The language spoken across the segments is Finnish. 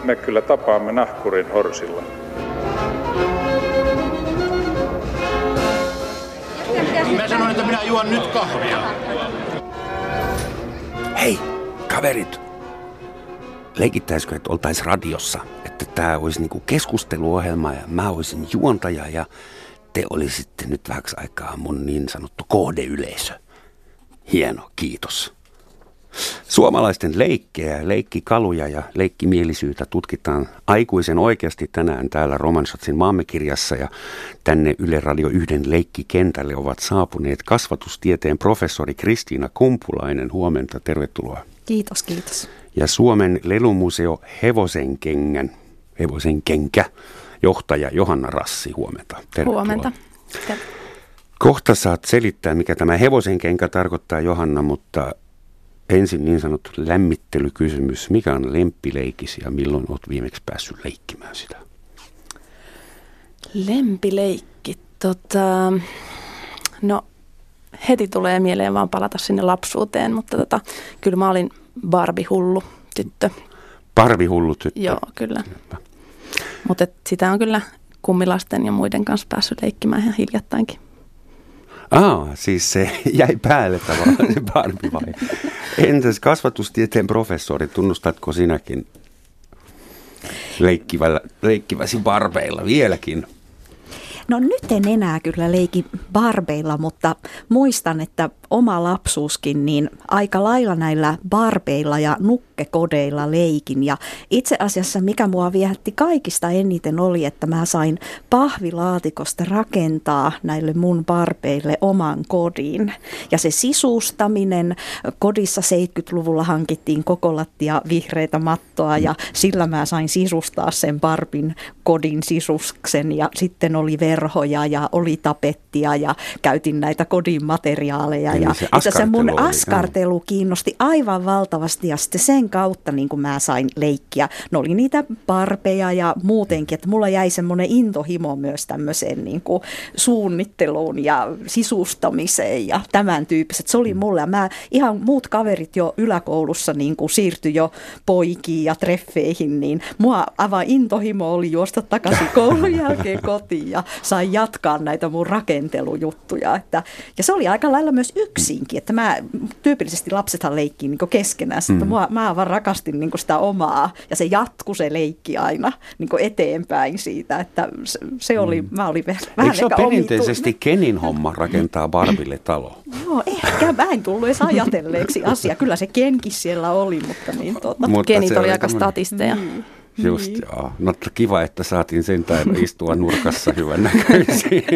me kyllä tapaamme nahkurin horsilla. Mä sanoin, että minä juon nyt kahvia. Hei, kaverit! Leikittäisikö, että oltaisiin radiossa? Että tämä olisi niinku keskusteluohjelma ja mä olisin juontaja ja te olisitte nyt vähäksi aikaa mun niin sanottu kohdeyleisö. Hieno, kiitos. Suomalaisten leikkejä, leikkikaluja ja leikkimielisyyttä tutkitaan aikuisen oikeasti tänään täällä Romansotsin Maamme-kirjassa ja tänne Yle Radio 1 leikkikentälle ovat saapuneet kasvatustieteen professori Kristiina Kumpulainen. Huomenta, tervetuloa. Kiitos, kiitos. Ja Suomen lelumuseo Hevosenkenkä johtaja Johanna Rassi, huomenta. Tervetuloa. Huomenta. Kohta saat selittää, mikä tämä hevosenkenkä tarkoittaa, Johanna, mutta ensin niin sanottu lämmittelykysymys. Mikä on lempileikisi ja milloin olet viimeksi päässyt leikkimään sitä? Lempileikki. No heti tulee mieleen vaan palata sinne lapsuuteen, mutta kyllä mä olin Barbie-hullu tyttö. Barbie-hullu tyttö? Joo, kyllä. Mutta sitä on kyllä kummilasten ja muiden kanssa päässyt leikkimään ihan hiljattainkin. Siis se jäi päälle tavallaan se Barbie vai? Entäs kasvatustieteen professori, tunnustatko sinäkin leikkiväsi barbeilla vieläkin? No nyt en enää kyllä leiki barbeilla, mutta muistan, että oma lapsuuskin niin aika lailla näillä barbeilla ja nukkekodeilla leikin. Ja itse asiassa mikä mua viehätti kaikista eniten oli, että mä sain pahvilaatikosta rakentaa näille mun barbeille oman kodin. Ja se sisustaminen, kodissa 70-luvulla hankittiin koko lattia vihreitä mattoa ja sillä mä sain sisustaa sen Barbin kodin sisustuksen ja sitten oli verhoja ja oli tapettia ja käytin näitä kodin materiaaleja. Ja se mun askartelu kiinnosti aivan valtavasti ja sitten sen kautta niin kun mä sain leikkiä. Ne oli niitä barbeja ja muutenkin, että mulla jäi semmoinen intohimo myös tämmöiseen niin kuin suunnitteluun ja sisustamiseen ja tämän tyyppiset. Se oli mulle ja ihan muut kaverit jo yläkoulussa niin kuin siirtyi jo poikiin ja treffeihin, niin mua aivan intohimo oli juosta takaisin koulun jälkeen kotiin ja sain jatkaa näitä mun rakentelujuttuja. Ja se oli aika lailla myös yksinkin, että mä tyypillisesti lapsethan leikkii niin keskenään, että mä vaan rakastin niin sitä omaa ja se jatkui se leikki aina niin eteenpäin siitä, että se oli, mä olin vähän eikö se ole perinteisesti Kenin homma rakentaa Barbille talo? Joo, ehkä mä en tullut edes ajatelleeksi asia. Kyllä se Kenkin siellä oli, mutta niin Mutta Kenit oli aika statisteja. Just, joo. No kiva, että saatiin sentään istua nurkassa hyvän näköisiin.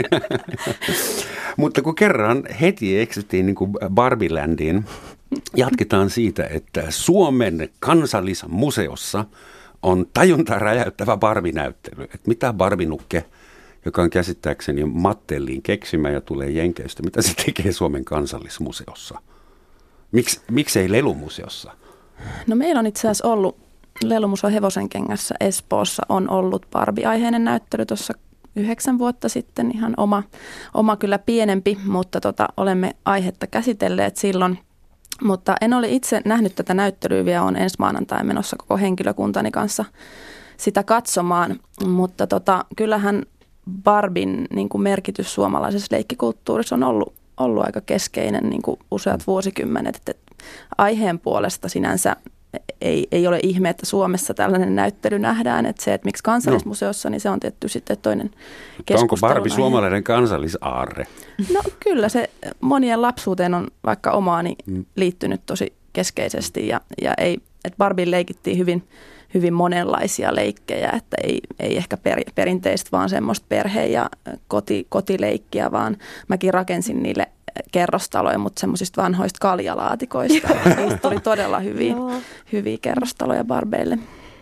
Mutta kun kerran heti eksyttiin niin kuin Barbie-ländiin, jatketaan siitä, että Suomen kansallismuseossa on tajuntaa räjäyttävä Barbie-näyttely. Että mitä Barbie-nukke, joka on käsittääkseni Mattelliin keksimä ja tulee Jenkeistä, mitä se tekee Suomen kansallismuseossa? Miksei Lelumuseossa? No meillä on itse asiassa ollut Lelumuseo Hevosenkengässä Espoossa on ollut Barbie-aiheinen näyttely tuossa 9 vuotta sitten. Ihan oma kyllä pienempi, mutta olemme aihetta käsitelleet silloin. Mutta en ole itse nähnyt tätä näyttelyä vielä, olen ensi maanantai menossa koko henkilökuntani kanssa sitä katsomaan. Mutta kyllähän Barbin niin kuin merkitys suomalaisessa leikkikulttuurissa on ollut aika keskeinen niin kuin useat vuosikymmenet. Että aiheen puolesta sinänsä ei ole ihme, että Suomessa tällainen näyttely nähdään, että se, että miksi kansallismuseossa, niin se on tietty sitten toinen keskustelu. Onko Barbie suomalainen kansallisaarre? No kyllä se monien lapsuuteen on vaikka omaani liittynyt tosi keskeisesti ja että Barbie leikittiin hyvin monenlaisia leikkejä, että ei ehkä perinteistä vaan semmoista perhe- ja kotileikkiä, vaan mäkin rakensin niille kerrostaloja, mutta semmoisista vanhoista kaljalaatikoista. Niistä tuli todella hyviä kerrostaloja Barbeille.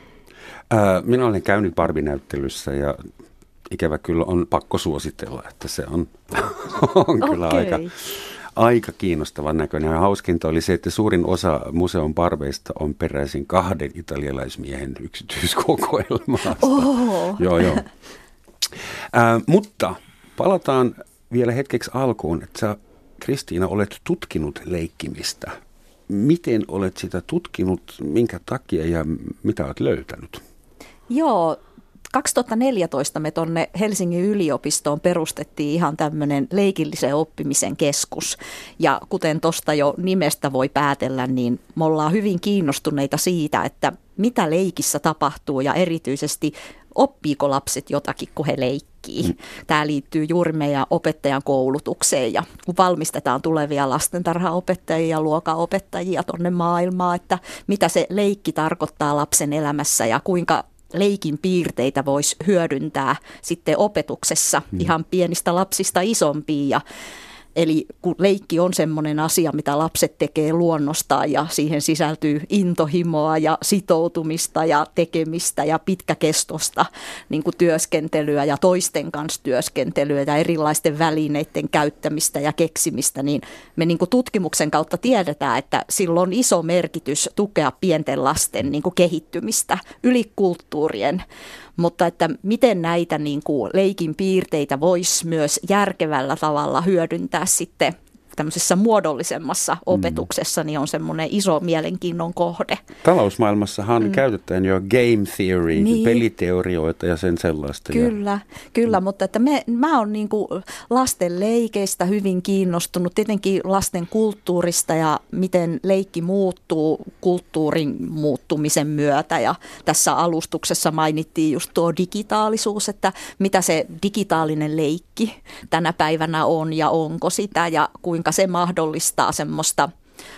Minä olen käynyt Barbie-näyttelyssä ja ikävä kyllä on pakko suositella, että se on kyllä aika kiinnostavan näköinen. Ja hauskinta oli se, että suurin osa museon Barbeista on peräisin 2 italialaismiehen yksityiskokoelmasta. Joo. Mutta palataan vielä hetkeksi alkuun, että sä, Kristiina, olet tutkinut leikkimistä. Miten olet sitä tutkinut, minkä takia ja mitä olet löytänyt? Joo, 2014 me tuonne Helsingin yliopistoon perustettiin ihan tämmöinen leikillisen oppimisen keskus. Ja kuten tuosta jo nimestä voi päätellä, niin me ollaan hyvin kiinnostuneita siitä, että mitä leikissä tapahtuu ja erityisesti oppiiko lapset jotakin, kun he leikkii. Tämä liittyy juuri meidän opettajan koulutukseen ja kun valmistetaan tulevia lastentarhaopettajia ja luokanopettajia tuonne maailmaan, että mitä se leikki tarkoittaa lapsen elämässä ja kuinka leikin piirteitä voisi hyödyntää sitten opetuksessa ihan pienistä lapsista isompiin. Eli kun leikki on semmoinen asia, mitä lapset tekee luonnostaan ja siihen sisältyy intohimoa ja sitoutumista ja tekemistä ja pitkäkestosta niin kuin työskentelyä ja toisten kanssa työskentelyä ja erilaisten välineiden käyttämistä ja keksimistä, niin me niin kuin tutkimuksen kautta tiedetään, että sillä on iso merkitys tukea pienten lasten niin kuin kehittymistä yli kulttuurien. Mutta että miten näitä niin kuin leikin piirteitä voisi myös järkevällä tavalla hyödyntää sitten tämmöisessä muodollisemmassa opetuksessa, niin on semmoinen iso mielenkiinnon kohde. Talousmaailmassahan käytetään jo game theory, peliteorioita ja sen sellaista. Kyllä, mutta että mä oon niin kuin lasten leikeistä hyvin kiinnostunut, tietenkin lasten kulttuurista ja miten leikki muuttuu kulttuurin muuttumisen myötä. Ja tässä alustuksessa mainittiin just tuo digitaalisuus, että mitä se digitaalinen leikki tänä päivänä on ja onko sitä ja kuinka se mahdollistaa semmoista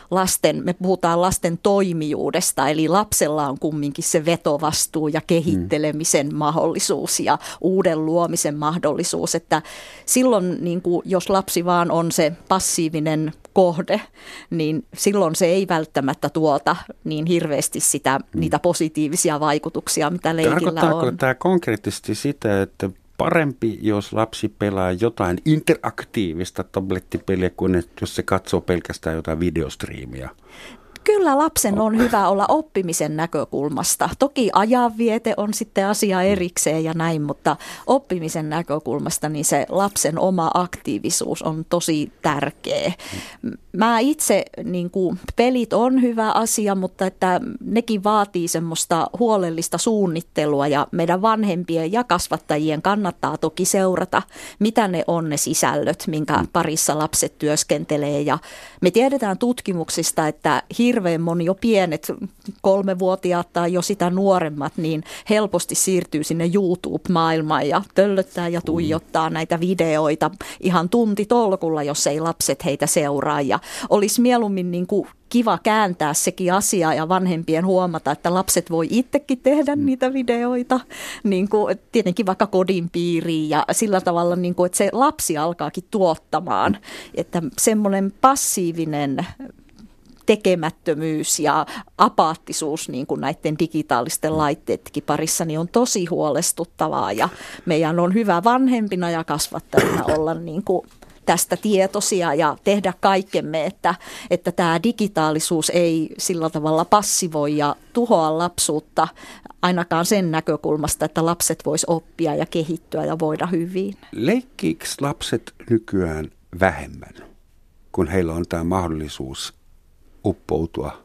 me puhutaan lasten toimijuudesta, eli lapsella on kumminkin se vetovastuu ja kehittelemisen mahdollisuus ja uuden luomisen mahdollisuus, että silloin niin kuin, jos lapsi vaan on se passiivinen kohde, niin silloin se ei välttämättä tuota niin hirveästi niitä positiivisia vaikutuksia, mitä leikillä on. Tarkoittaako tämä konkreettisesti sitä, että parempi, jos lapsi pelaa jotain interaktiivista tablettipeliä, kuin jos se katsoo pelkästään jotain videostriimiä? Kyllä lapsen on hyvä olla oppimisen näkökulmasta. Toki ajanviete on sitten asia erikseen ja näin, mutta oppimisen näkökulmasta niin se lapsen oma aktiivisuus on tosi tärkeä. Mä itse, niin kuin, pelit on hyvä asia, mutta että nekin vaatii semmoista huolellista suunnittelua ja meidän vanhempien ja kasvattajien kannattaa toki seurata, mitä ne on ne sisällöt, minkä parissa lapset työskentelee. Ja me tiedetään tutkimuksista, että hirveän moni jo pienet 3-vuotiaat tai jo sitä nuoremmat, niin helposti siirtyy sinne YouTube-maailmaan ja töllöttää ja tuijottaa näitä videoita ihan tuntitolkulla, jos ei lapset heitä seuraa. Ja olisi mieluummin niin kuin kiva kääntää sekin asia ja vanhempien huomata, että lapset voi itsekin tehdä niitä videoita, niin kuin, tietenkin vaikka kodin piiriin ja sillä tavalla, niin kuin, että se lapsi alkaakin tuottamaan, että semmoinen passiivinen tekemättömyys ja apaattisuus niin kuin näiden digitaalisten laitteetkin parissa niin on tosi huolestuttavaa ja meidän on hyvä vanhempina ja kasvattajina olla niin kuin tästä tietoisia ja tehdä kaikkemme, että tämä digitaalisuus ei sillä tavalla passivoi ja tuhoa lapsuutta ainakaan sen näkökulmasta, että lapset vois oppia ja kehittyä ja voida hyvin. Leikkiikö lapset nykyään vähemmän, kun heillä on tämä mahdollisuus uppoutua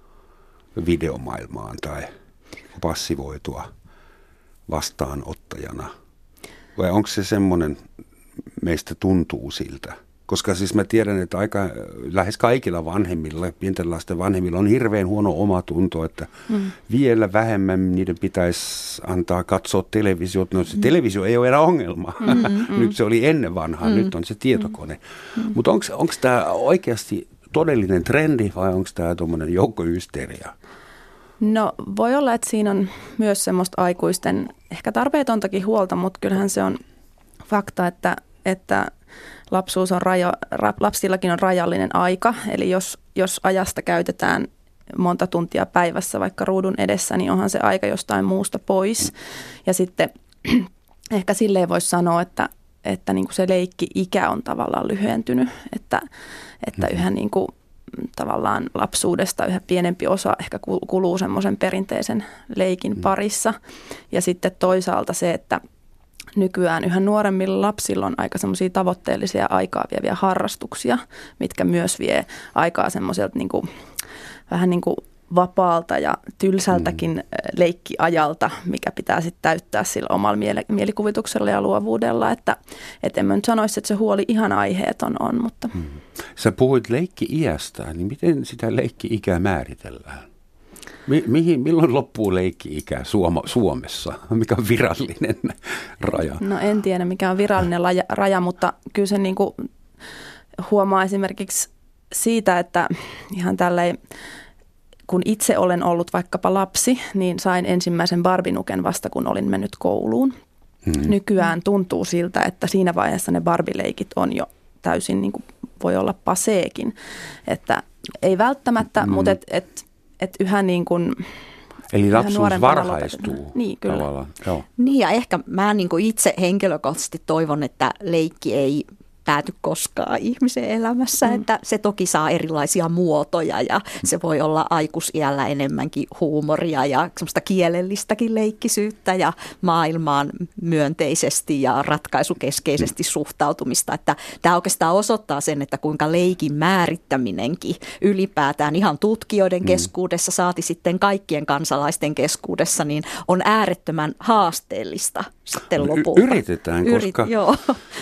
videomaailmaan tai passivoitua vastaanottajana? Vai onko se semmoinen, meistä tuntuu siltä? Koska siis mä tiedän, että lähes kaikilla vanhemmilla, pienten lasten vanhemmilla on hirveän huono omatunto, että vielä vähemmän niiden pitäisi antaa katsoa televisiota. No se televisio ei ole enää ongelma. Nyt se oli ennen vanhaa, nyt on se tietokone. Mutta onko tämä oikeasti todellinen trendi vai onko tämä tuommoinen joukkohysteria? No voi olla, että siinä on myös semmoista aikuisten ehkä tarpeetontakin huolta, mutta kyllähän se on fakta, että lapsillakin on rajallinen aika. Eli jos ajasta käytetään monta tuntia päivässä vaikka ruudun edessä, niin onhan se aika jostain muusta pois. Ja sitten ehkä silleen voisi sanoa, että niin kuin se leikki-ikä on tavallaan lyhentynyt, että yhä niin kuin tavallaan lapsuudesta yhä pienempi osa ehkä kuluu semmoisen perinteisen leikin parissa. Ja sitten toisaalta se, että nykyään yhä nuoremmilla lapsilla on aika semmoisia tavoitteellisia aikaa vieviä harrastuksia, mitkä myös vie aikaa semmoiselta niin kuin, vähän niin kuin vapaalta ja tylsältäkin leikkiajalta, mikä pitää sitten täyttää sillä omalla mielikuvituksella ja luovuudella. Että en mä nyt sanoisi, että se huoli ihan aiheeton on, mutta... Sä puhuit leikki-iästä, niin miten sitä leikki-ikää määritellään? Milloin loppuu leikki-ikä Suomessa? Mikä on virallinen raja? No en tiedä, mikä on virallinen raja, mutta kyllä se niin kuin huomaa esimerkiksi siitä, että ihan tälleen, kun itse olen ollut vaikkapa lapsi, niin sain ensimmäisen Barbinuken vasta, kun olin mennyt kouluun. Nykyään tuntuu siltä, että siinä vaiheessa ne Barbie-leikit on jo täysin, niin kuin voi olla paseekin. Että ei välttämättä, mutta et yhä niin kuin... Eli lapsuus varhaistuu. Niin, kyllä. Joo. Niin ja ehkä mä niin kuin itse henkilökohtaisesti toivon, että leikki ei pääty koskaan ihmisen elämässä, että se toki saa erilaisia muotoja ja se voi olla aikuisiällä enemmänkin huumoria ja semmoista kielellistäkin leikkisyyttä ja maailmaan myönteisesti ja ratkaisukeskeisesti suhtautumista, että tämä oikeastaan osoittaa sen, että kuinka leikin määrittäminenkin ylipäätään ihan tutkijoiden keskuudessa saati sitten kaikkien kansalaisten keskuudessa, niin on äärettömän haasteellista sitten lopulta. Yritetään, koska... Joo.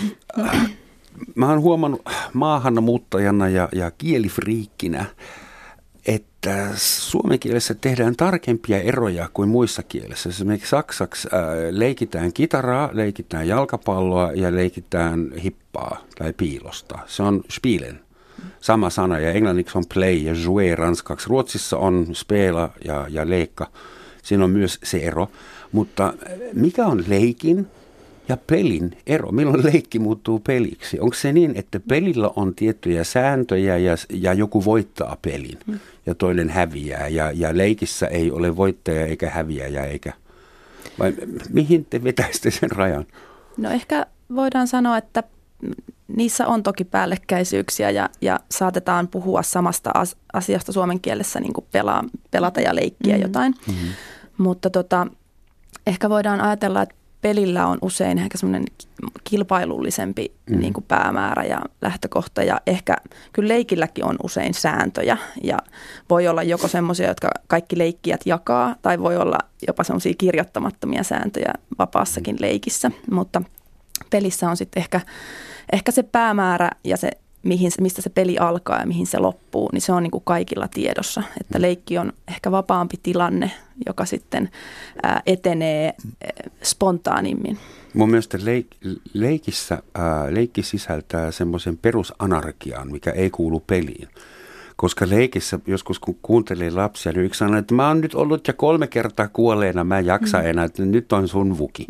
Mä oon huomannut maahanmuuttajana ja kielifriikkinä, että suomen kielessä tehdään tarkempia eroja kuin muissa kielissä. Esimerkiksi saksaksi leikitään kitaraa, leikitään jalkapalloa ja leikitään hippaa tai piilosta. Se on spielen, sama sana, ja englanniksi on play ja jouer ranskaksi. Ruotsissa on spela ja leikka. Siinä on myös se ero. Mutta mikä on leikin ja pelin ero? Milloin leikki muuttuu peliksi? Onko se niin, että pelillä on tiettyjä sääntöjä ja joku voittaa pelin ja toinen häviää ja leikissä ei ole voittaja eikä häviäjä eikä... Vai mihin te vetäisitte sen rajan? No ehkä voidaan sanoa, että niissä on toki päällekkäisyyksiä ja saatetaan puhua samasta asiasta suomen kielessä, niin kuin pelata ja leikkiä jotain. Mutta ehkä voidaan ajatella, että pelillä on usein ehkä semmoinen kilpailullisempi niin kuin päämäärä ja lähtökohta, ja ehkä kyllä leikilläkin on usein sääntöjä ja voi olla joko semmoisia, jotka kaikki leikkijät jakaa, tai voi olla jopa semmoisia kirjoittamattomia sääntöjä vapaassakin leikissä, mutta pelissä on sitten ehkä se päämäärä ja se, mistä se peli alkaa ja mihin se loppuu, niin se on niin kuin kaikilla tiedossa, että leikki on ehkä vapaampi tilanne, joka sitten etenee spontaanimmin. Mun mielestä leikki sisältää semmoisen perusanarkian, mikä ei kuulu peliin. Koska leikissä joskus kun kuuntelee lapsia, niin yksi sanoo, että mä oon nyt ollut jo 3 kertaa kuolleena, mä en jaksa enää, että nyt on sun vuki.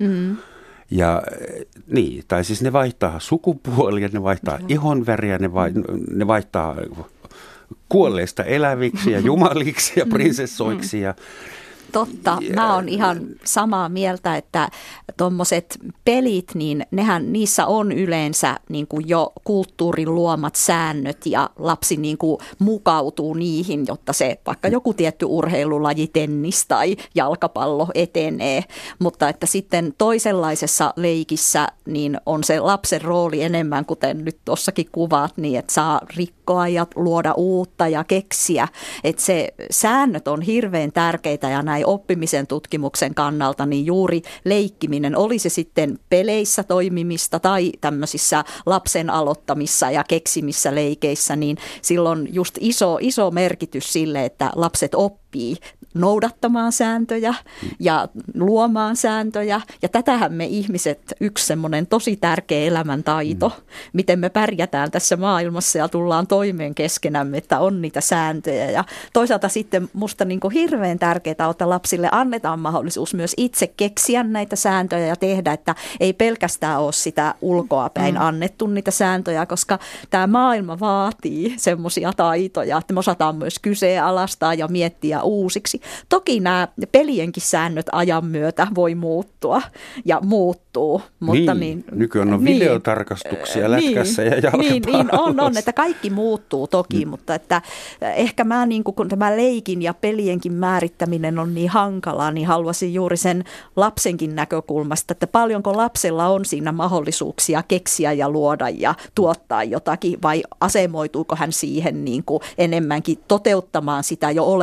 Ja niin, tai siis ne vaihtaa sukupuolia, ne vaihtaa ihonväriä, ne vaihtaa kuolleista eläviksi ja jumaliksi ja prinsessoiksi. Totta, mä oon ihan samaa mieltä, että tommoset pelit, niin niissä on yleensä niin kuin jo kulttuurin luomat säännöt ja lapsi niin kuin mukautuu niihin, jotta se vaikka joku tietty urheilulaji, tennis tai jalkapallo etenee, mutta että sitten toisenlaisessa leikissä niin on se lapsen rooli enemmän, kuten nyt tuossakin kuvaat, niin että saa rikkoa ja luoda uutta ja keksiä, että se säännöt on hirveän tärkeitä ja näin oppimisen tutkimuksen kannalta, niin juuri leikkiminen, oli se sitten peleissä toimimista tai tämmöisissä lapsen aloittamissa ja keksimissä leikeissä, niin silloin just iso merkitys sille, että lapset oppii noudattamaan sääntöjä ja luomaan sääntöjä. Ja tätähän me ihmiset, yksi semmoinen tosi tärkeä elämäntaito, miten me pärjätään tässä maailmassa ja tullaan toimeen keskenämme, että on niitä sääntöjä. Ja toisaalta sitten musta niin kuin hirveän tärkeää, että lapsille annetaan mahdollisuus myös itse keksiä näitä sääntöjä ja tehdä, että ei pelkästään ole sitä ulkoapäin annettu niitä sääntöjä, koska tämä maailma vaatii semmoisia taitoja, että me osataan myös kyseenalaistaa ja miettiä uusiksi. Toki nämä pelienkin säännöt ajan myötä voi muuttua ja muuttuu. Mutta nykyään on videotarkastuksia lätkässä ja jalkapallossa. Niin on, että kaikki muuttuu toki, mutta että ehkä mä niin kun tämä leikin ja pelienkin määrittäminen on niin hankalaa, niin haluaisin juuri sen lapsenkin näkökulmasta, että paljonko lapsella on siinä mahdollisuuksia keksiä ja luoda ja tuottaa jotakin, vai asemoituuko hän siihen niin kuin enemmänkin toteuttamaan sitä jo olemassa olevaa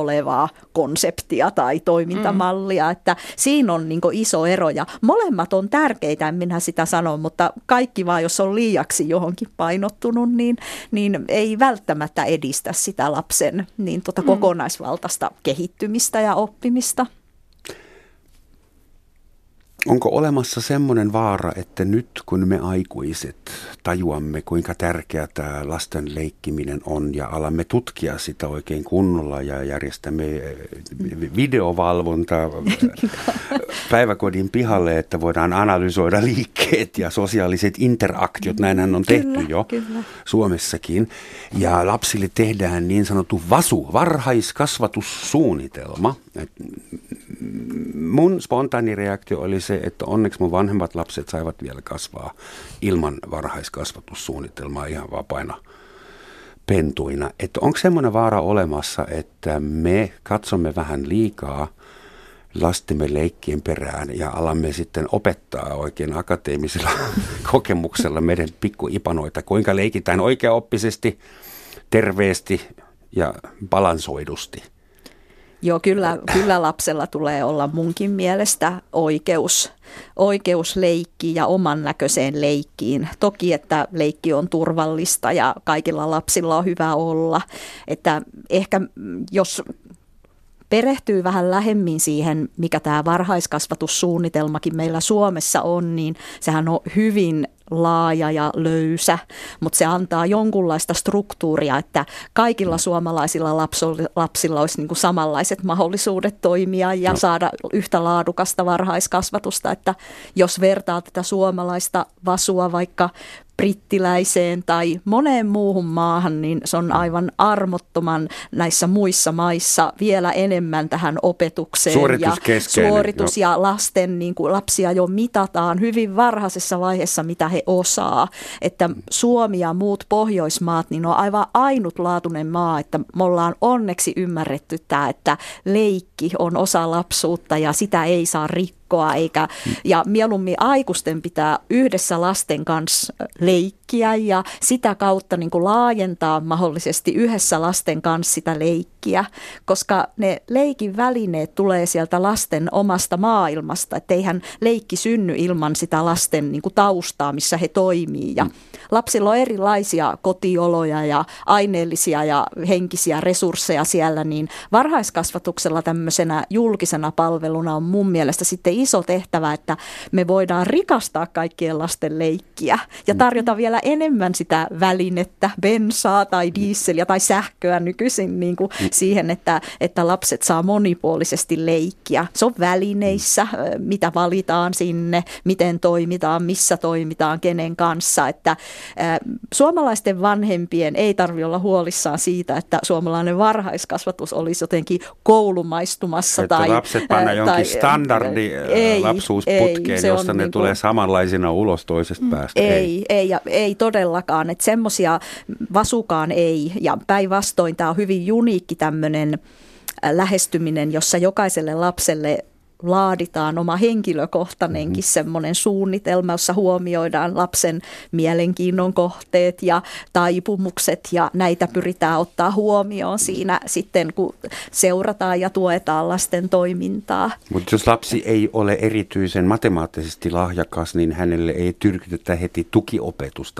olevaa konseptia tai toimintamallia, että siinä on niin kuin iso ero ja molemmat on tärkeitä, en minä sitä sano, mutta kaikki vaan, jos on liiaksi johonkin painottunut, niin ei välttämättä edistä sitä lapsen niin kokonaisvaltaista kehittymistä ja oppimista. Onko olemassa semmoinen vaara, että nyt kun me aikuiset tajuamme, kuinka tärkeää tämä lasten leikkiminen on ja alamme tutkia sitä oikein kunnolla ja järjestämme videovalvontaa päiväkodin pihalle, että voidaan analysoida liikkeet ja sosiaaliset interaktiot, näinhän on tehty jo Suomessakin. Ja lapsille tehdään niin sanottu VASU, varhaiskasvatussuunnitelma. Mun spontaani reaktio oli se, että onneksi mun vanhemmat lapset saivat vielä kasvaa ilman varhaiskasvatussuunnitelmaa ihan vapaina pentuina. Että onko semmoinen vaara olemassa, että me katsomme vähän liikaa lastemme leikkien perään ja alamme sitten opettaa oikein akateemisella kokemuksella meidän pikkuipanoita, kuinka leikitään oikeaoppisesti, terveesti ja balansoidusti. Joo, kyllä lapsella tulee olla munkin mielestä oikeus leikkiin ja oman näköiseen leikkiin. Toki, että leikki on turvallista ja kaikilla lapsilla on hyvä olla. Että ehkä jos perehtyy vähän lähemmin siihen, mikä tämä varhaiskasvatussuunnitelmakin meillä Suomessa on, niin sehän on hyvin laaja ja löysä, mutta se antaa jonkunlaista struktuuria, että kaikilla suomalaisilla lapsilla olisi niin kuin samanlaiset mahdollisuudet toimia ja saada yhtä laadukasta varhaiskasvatusta, että jos vertaa tätä suomalaista VASua vaikka brittiläiseen tai moneen muuhun maahan, niin se on aivan armottoman näissä muissa maissa vielä enemmän tähän opetukseen ja suoritus ja lasten, niin kuin lapsia jo mitataan hyvin varhaisessa vaiheessa, mitä he osaa. Että Suomi ja muut Pohjoismaat niin on aivan ainutlaatuinen maa, että me ollaan onneksi ymmärretty tämä, että leikki on osa lapsuutta ja sitä ei saa rikkoa. Ja mieluummin aikuisten pitää yhdessä lasten kanssa leikkiä ja sitä kautta niin kuin laajentaa mahdollisesti yhdessä lasten kanssa sitä leikkiä, koska ne leikin välineet tulee sieltä lasten omasta maailmasta, että eihän leikki synny ilman sitä lasten niin kuin taustaa, missä he toimii. Ja lapsilla on erilaisia kotioloja ja aineellisia ja henkisiä resursseja siellä, niin varhaiskasvatuksella tämmöisenä julkisena palveluna on mun mielestä sitten iso tehtävä, että me voidaan rikastaa kaikkien lasten leikkiä ja tarjota vielä enemmän sitä välinettä, bensaa tai dieseliä tai sähköä nykyisin niin kuin siihen, että lapset saa monipuolisesti leikkiä. Se on välineissä, mitä valitaan sinne, miten toimitaan, missä toimitaan, kenen kanssa. Että suomalaisten vanhempien ei tarvitse olla huolissaan siitä, että suomalainen varhaiskasvatus olisi jotenkin koulumaistumassa. Että tai lapset panna jonkin standardi lapsuusputkeen, josta ne tulee samanlaisina ulos toisesta päästä. Ei todellakaan, että semmoisia VASukaan ei, ja päinvastoin tämä on hyvin uniikki tämmöinen lähestyminen, jossa jokaiselle lapselle laaditaan oma henkilökohtainenkin semmoinen suunnitelma, jossa huomioidaan lapsen mielenkiinnon kohteet ja taipumukset ja näitä pyritään ottaa huomioon siinä sitten, kun seurataan ja tuetaan lasten toimintaa. Mutta jos lapsi ei ole erityisen matemaattisesti lahjakas, niin hänelle ei tyrkytetä heti tukiopetusta.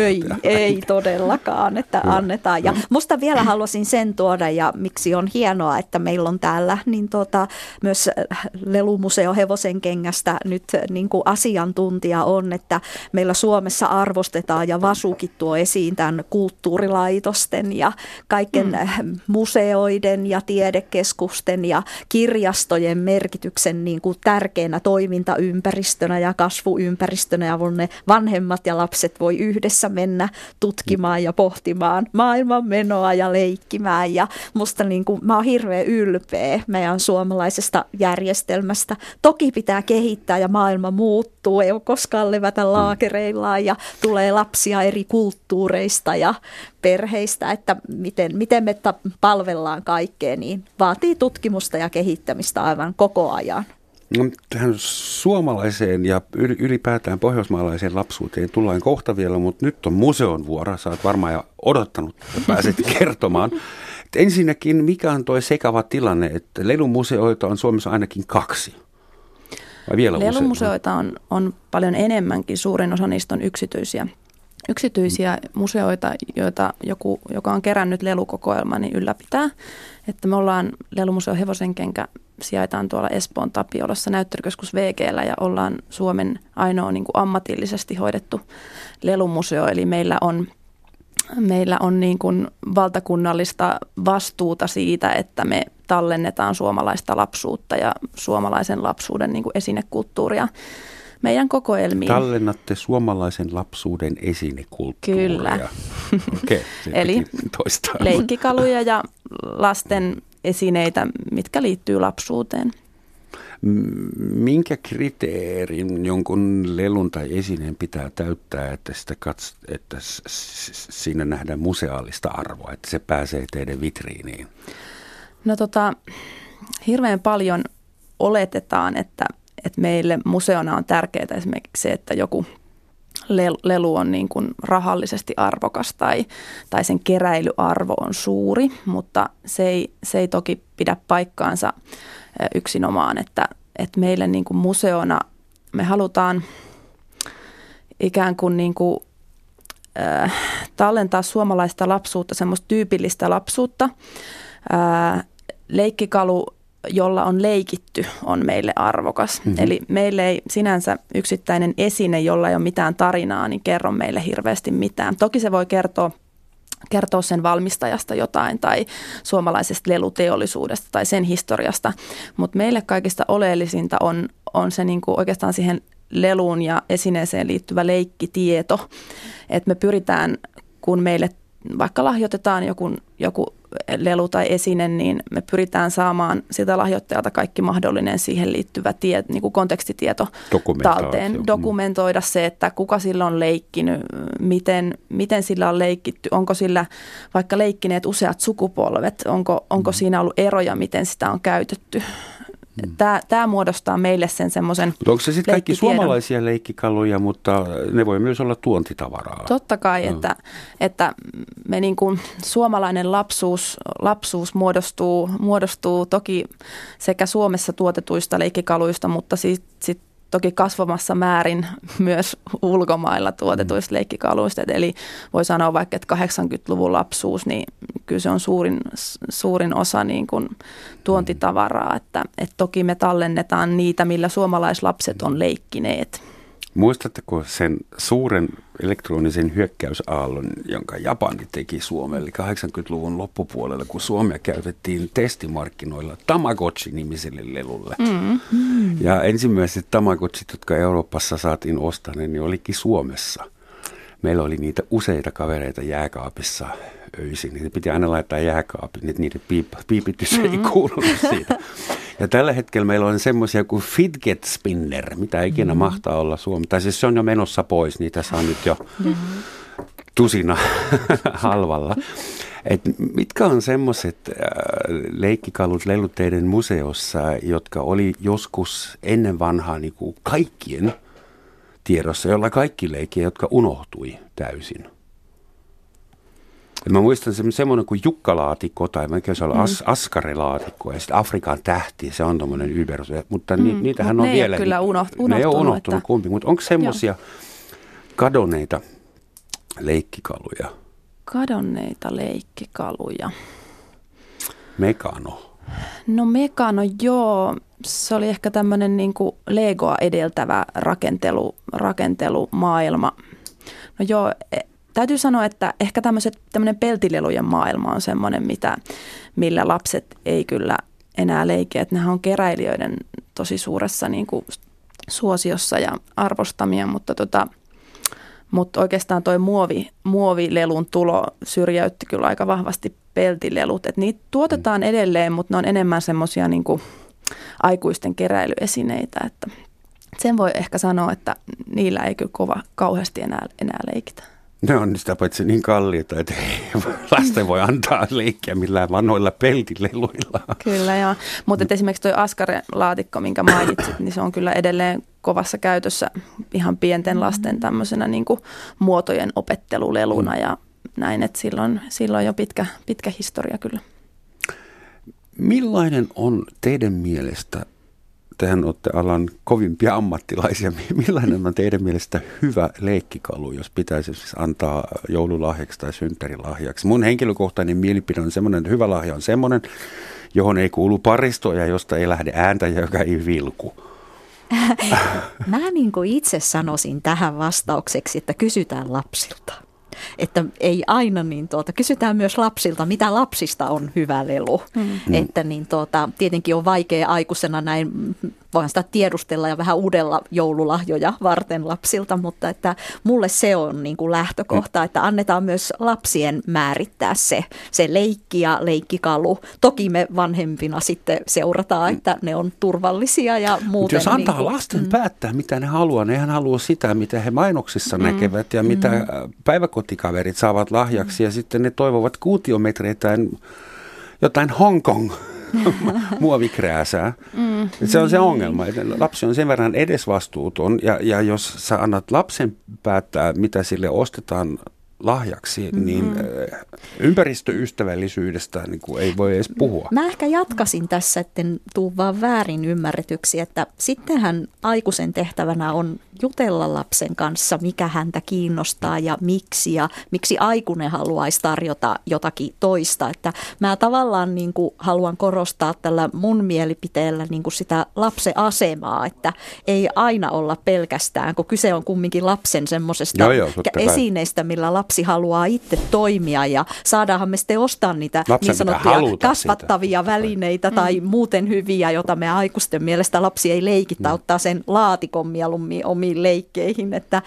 Ei todellakaan, että annetaan. Ja musta vielä haluaisin sen tuoda ja miksi on hienoa, että meillä on täällä niin myös Lelumuseo Hevosenkengästä nyt niin kuin asiantuntija on, että meillä Suomessa arvostetaan ja VASukin tuo esiin tämän kulttuurilaitosten ja kaiken museoiden ja tiedekeskusten ja kirjastojen merkityksen niin kuin tärkeänä toimintaympäristönä ja kasvuympäristönä, ja ne vanhemmat ja lapset voi yhdessä mennä tutkimaan ja pohtimaan maailman menoa ja leikkimään, ja musta niin kuin, mä oon hirveän ylpeä meidän suomalaisesta järjestelmästä. Toki pitää kehittää ja maailma muuttuu, ei ole koskaan levätä laakereillaan ja tulee lapsia eri kulttuureista ja perheistä, että miten me palvellaan kaikkea, niin vaatii tutkimusta ja kehittämistä aivan koko ajan. No, tähän suomalaiseen ja ylipäätään pohjoismaalaiseen lapsuuteen tullaan kohta vielä, mutta nyt on museon vuoro. Sä oot varmaan jo odottanut, että pääset kertomaan. Ensinnäkin, mikä on tuo sekava tilanne, että lelumuseoita on Suomessa ainakin 2? Vai vielä lelumuseoita on paljon enemmänkin. Suurin osa niistä on yksityisiä museoita, joita joka on kerännyt lelukokoelman, niin ylläpitää. Että me ollaan Lelumuseo Hevosenkenkä, sijaitaan tuolla Espoon Tapiolassa näyttelykeskus VG:llä ja ollaan Suomen ainoa niin kuin ammatillisesti hoidettu lelumuseo. Eli meillä on niin kuin valtakunnallista vastuuta siitä, että me tallennetaan suomalaista lapsuutta ja suomalaisen lapsuuden niin kuin esinekulttuuria meidän kokoelmiin. Tallennatte suomalaisen lapsuuden esinekulttuuria. Kyllä. Okei, eli toistaa. Leikkikaluja ja lasten esineitä, mitkä liittyy lapsuuteen. Minkä kriteerin jonkun lelun tai esineen pitää täyttää, että siinä nähdään museaalista arvoa, että se pääsee teidän vitriiniin? No hirveän paljon oletetaan, että meille museona on tärkeää esimerkiksi se, että joku lelu on niin kuin rahallisesti arvokas tai sen keräilyarvo on suuri, mutta se ei toki pidä paikkaansa yksinomaan, että meille niin kuin museona me halutaan ikään kuin, tallentaa suomalaista lapsuutta, semmoista tyypillistä lapsuutta. Leikkikalu, jolla on leikitty, on meille arvokas. Mm-hmm. Eli meille ei sinänsä yksittäinen esine, jolla ei ole mitään tarinaa, niin kerro meille hirveästi mitään. Toki se voi kertoa sen valmistajasta jotain tai suomalaisesta leluteollisuudesta tai sen historiasta, mutta meille kaikista oleellisinta on se niin kuin oikeastaan siihen leluun ja esineeseen liittyvä leikkitieto, että me pyritään, kun meille vaikka lahjoitetaan joku lelu tai esine, niin me pyritään saamaan sitä lahjoittajalta kaikki mahdollinen siihen liittyvä niin kuin kontekstitieto talteen. Dokumentoida se, että kuka sillä on leikkinyt, miten sillä on leikitty, onko sillä vaikka leikkineet useat sukupolvet, onko siinä ollut eroja, miten sitä on käytetty. Tämä muodostaa meille sen semmoisen. Onko se sitten kaikki suomalaisia leikkikaluja, mutta ne voi myös olla tuontitavaraa? Totta kai, että me niin kuin suomalainen lapsuus muodostuu toki sekä Suomessa tuotetuista leikkikaluista, mutta sit toki kasvamassa määrin myös ulkomailla tuotetuista leikkikaluista. Eli voi sanoa vaikka, että 80-luvun lapsuus, niin kyllä se on suurin osa niin kuin tuontitavaraa. Että toki me tallennetaan niitä, millä suomalaislapset on leikkineet. Muistatteko sen suuren elektronisen hyökkäysaallon, jonka Japani teki Suomelle 80-luvun loppupuolella, kun Suomea käytettiin testimarkkinoilla Tamagotchi-nimiselle lelulle. Ja ensimmäiset Tamagotchit, jotka Euroopassa saatiin ostaa, niin olikin Suomessa. Meillä oli niitä useita kavereita jääkaapissa öisin. Niitä piti aina laittaa jääkaapin, että niiden piipitys ei kuulunut siitä. Ja tällä hetkellä meillä on semmoisia kuin fidget spinner, mitä ikinä mahtaa olla Suomi. Tai siis se on jo menossa pois, niitä saa nyt jo tusina halvalla. Et mitkä on semmoiset leikkikalut lelut teidän museossa, jotka oli joskus ennen vanhaa niin kuin kaikkien tiedossa, jolla kaikki leikkiä, jotka unohtui täysin? Mä muistan semmoinen kuin jukkalaatikko tai mikä se on askarelaatikko ja sitten Afrikan tähti, se on tommoinen yberus, mutta niitähän on ne vielä. Ei kyllä unohtunut. Ne ei ole unohtunut kumpi, mutta onko semmoisia kadonneita leikkikaluja? Kadonneita leikkikaluja. Mekano. No Mekano, joo. Se oli ehkä tämmöinen niin kuin Legoa edeltävä rakentelumaailma. No joo, täytyy sanoa, että ehkä tämmöinen peltilelujen maailma on semmoinen, millä lapset ei kyllä enää leiki. Että nehän on keräilijöiden tosi suuressa niin kuin suosiossa ja arvostamia, mutta oikeastaan toi muovilelun tulo syrjäytti kyllä aika vahvasti peltilelut. Et niitä tuotetaan edelleen, mutta ne on enemmän semmoisia niin kuin aikuisten keräilyesineitä. Että sen voi ehkä sanoa, että niillä ei kyllä kauheasti enää leikitä. Ne on sitä paitsi niin kalliita, että lasten voi antaa leikkiä millään vanhoilla peltileluilla. Kyllä joo, mutta esimerkiksi tuo askarelaatikko, minkä mainitsit, niin se on kyllä edelleen kovassa käytössä ihan pienten lasten tämmöisenä niin kuin muotojen opetteluleluna ja näin, että silloin jo pitkä historia kyllä. Millainen on teidän mielestä, tehän olette alan kovimpia ammattilaisia, millainen on teidän mielestä hyvä leikkikalu, jos pitäisi siis antaa joululahjaksi tai synttärilahjaksi? Mun henkilökohtainen mielipide on semmoinen, että hyvä lahja on semmoinen, johon ei kuulu paristo ja josta ei lähde ääntä ja joka ei vilku. Mä niin kuin itse sanoisin tähän vastaukseksi, että kysytään lapsilta. Että ei aina kysytään myös lapsilta, mitä lapsista on hyvä lelu. Että tietenkin on vaikea aikuisena näin, voin sitä tiedustella ja vähän uudella joululahjoja varten lapsilta, mutta että mulle se on niin kuin lähtökohta, että annetaan myös lapsien määrittää se leikki ja leikkikalu. Toki me vanhempina sitten seurataan, että ne on turvallisia ja muuten. Jos antaa lasten päättää, mitä ne haluaa, nehän haluaa sitä, mitä he mainoksissa näkevät ja mitä päiväkotikaverit saavat lahjaksi ja sitten ne toivovat kuutiometreitään jotain Hongkong muovikrääsää. Se on se ongelma. Lapsi on sen verran edesvastuuton ja jos sä annat lapsen päättää, mitä sille ostetaan lahjaksi, niin ympäristöystävällisyydestä niin kuin ei voi edes puhua. Mä ehkä jatkasin tässä, etten tuu vaan väärin ymmärretyksi, että sittenhän aikuisen tehtävänä on jutella lapsen kanssa, mikä häntä kiinnostaa ja miksi aikuinen haluaisi tarjota jotakin toista. Että mä tavallaan niin kuin haluan korostaa tällä mun mielipiteellä niin kuin sitä lapsen asemaa, että ei aina olla pelkästään, kun kyse on kumminkin lapsen semmoisesta esineistä, millä lapsi haluaa itse toimia ja saadaanhan me sitten ostaa niitä niin sanottuja kasvattavia välineitä tai muuten hyviä, jota me aikuisten mielestä lapsi ei leikitä, ottaa sen laatikon mieluummin omiin leikkeihin, että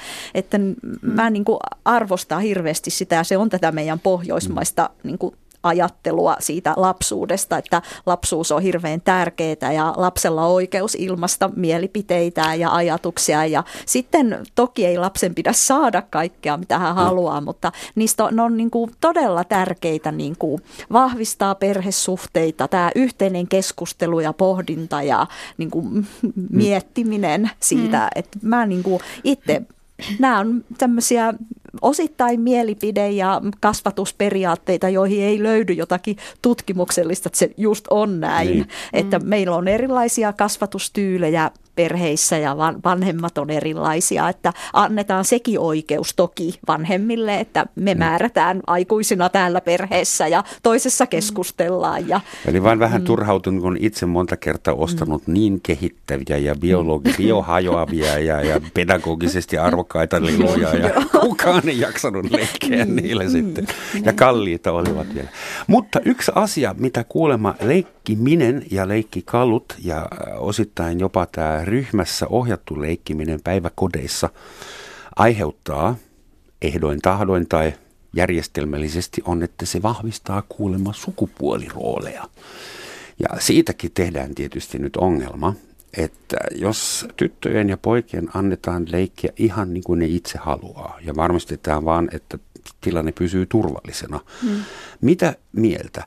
mä niin kuin arvostan hirveästi sitä ja se on tätä meidän pohjoismaista niin kuin ajattelua siitä lapsuudesta, että lapsuus on hirveän tärkeää ja lapsella on oikeus ilmaista mielipiteitä ja ajatuksia ja sitten toki ei lapsen pidä saada kaikkea, mitä hän haluaa, mutta niistä on niin kuin todella tärkeitä niin kuin vahvistaa perhesuhteita, tämä yhteinen keskustelu ja pohdinta ja niin kuin miettiminen siitä, että mä niin kuin itse, nämä on tämmöisiä osittain mielipide- ja kasvatusperiaatteita, joihin ei löydy jotakin tutkimuksellista, että se just on näin. Että meillä on erilaisia kasvatustyylejä perheissä ja vanhemmat on erilaisia, että annetaan sekin oikeus toki vanhemmille, että me määrätään aikuisina täällä perheessä ja toisessa keskustellaan. Eli vain vähän turhautunut, kun itse monta kertaa ostanut niin kehittäviä ja biohajoavia ja pedagogisesti arvokkaita leluja ja kukaan ei jaksanut leikkiä niille sitten. Ja kalliita olivat vielä. Mutta yksi asia, mitä kuulemma leikkiminen ja leikkikalut ja osittain jopa tämä ryhmässä ohjattu leikkiminen päiväkodeissa aiheuttaa ehdoin tahdoin tai järjestelmällisesti on, että se vahvistaa kuulemma sukupuolirooleja. Ja siitäkin tehdään tietysti nyt ongelma, että jos tyttöjen ja poikien annetaan leikkiä ihan niin kuin ne itse haluaa ja varmistetaan vaan, että tilanne pysyy turvallisena. Mitä mieltä?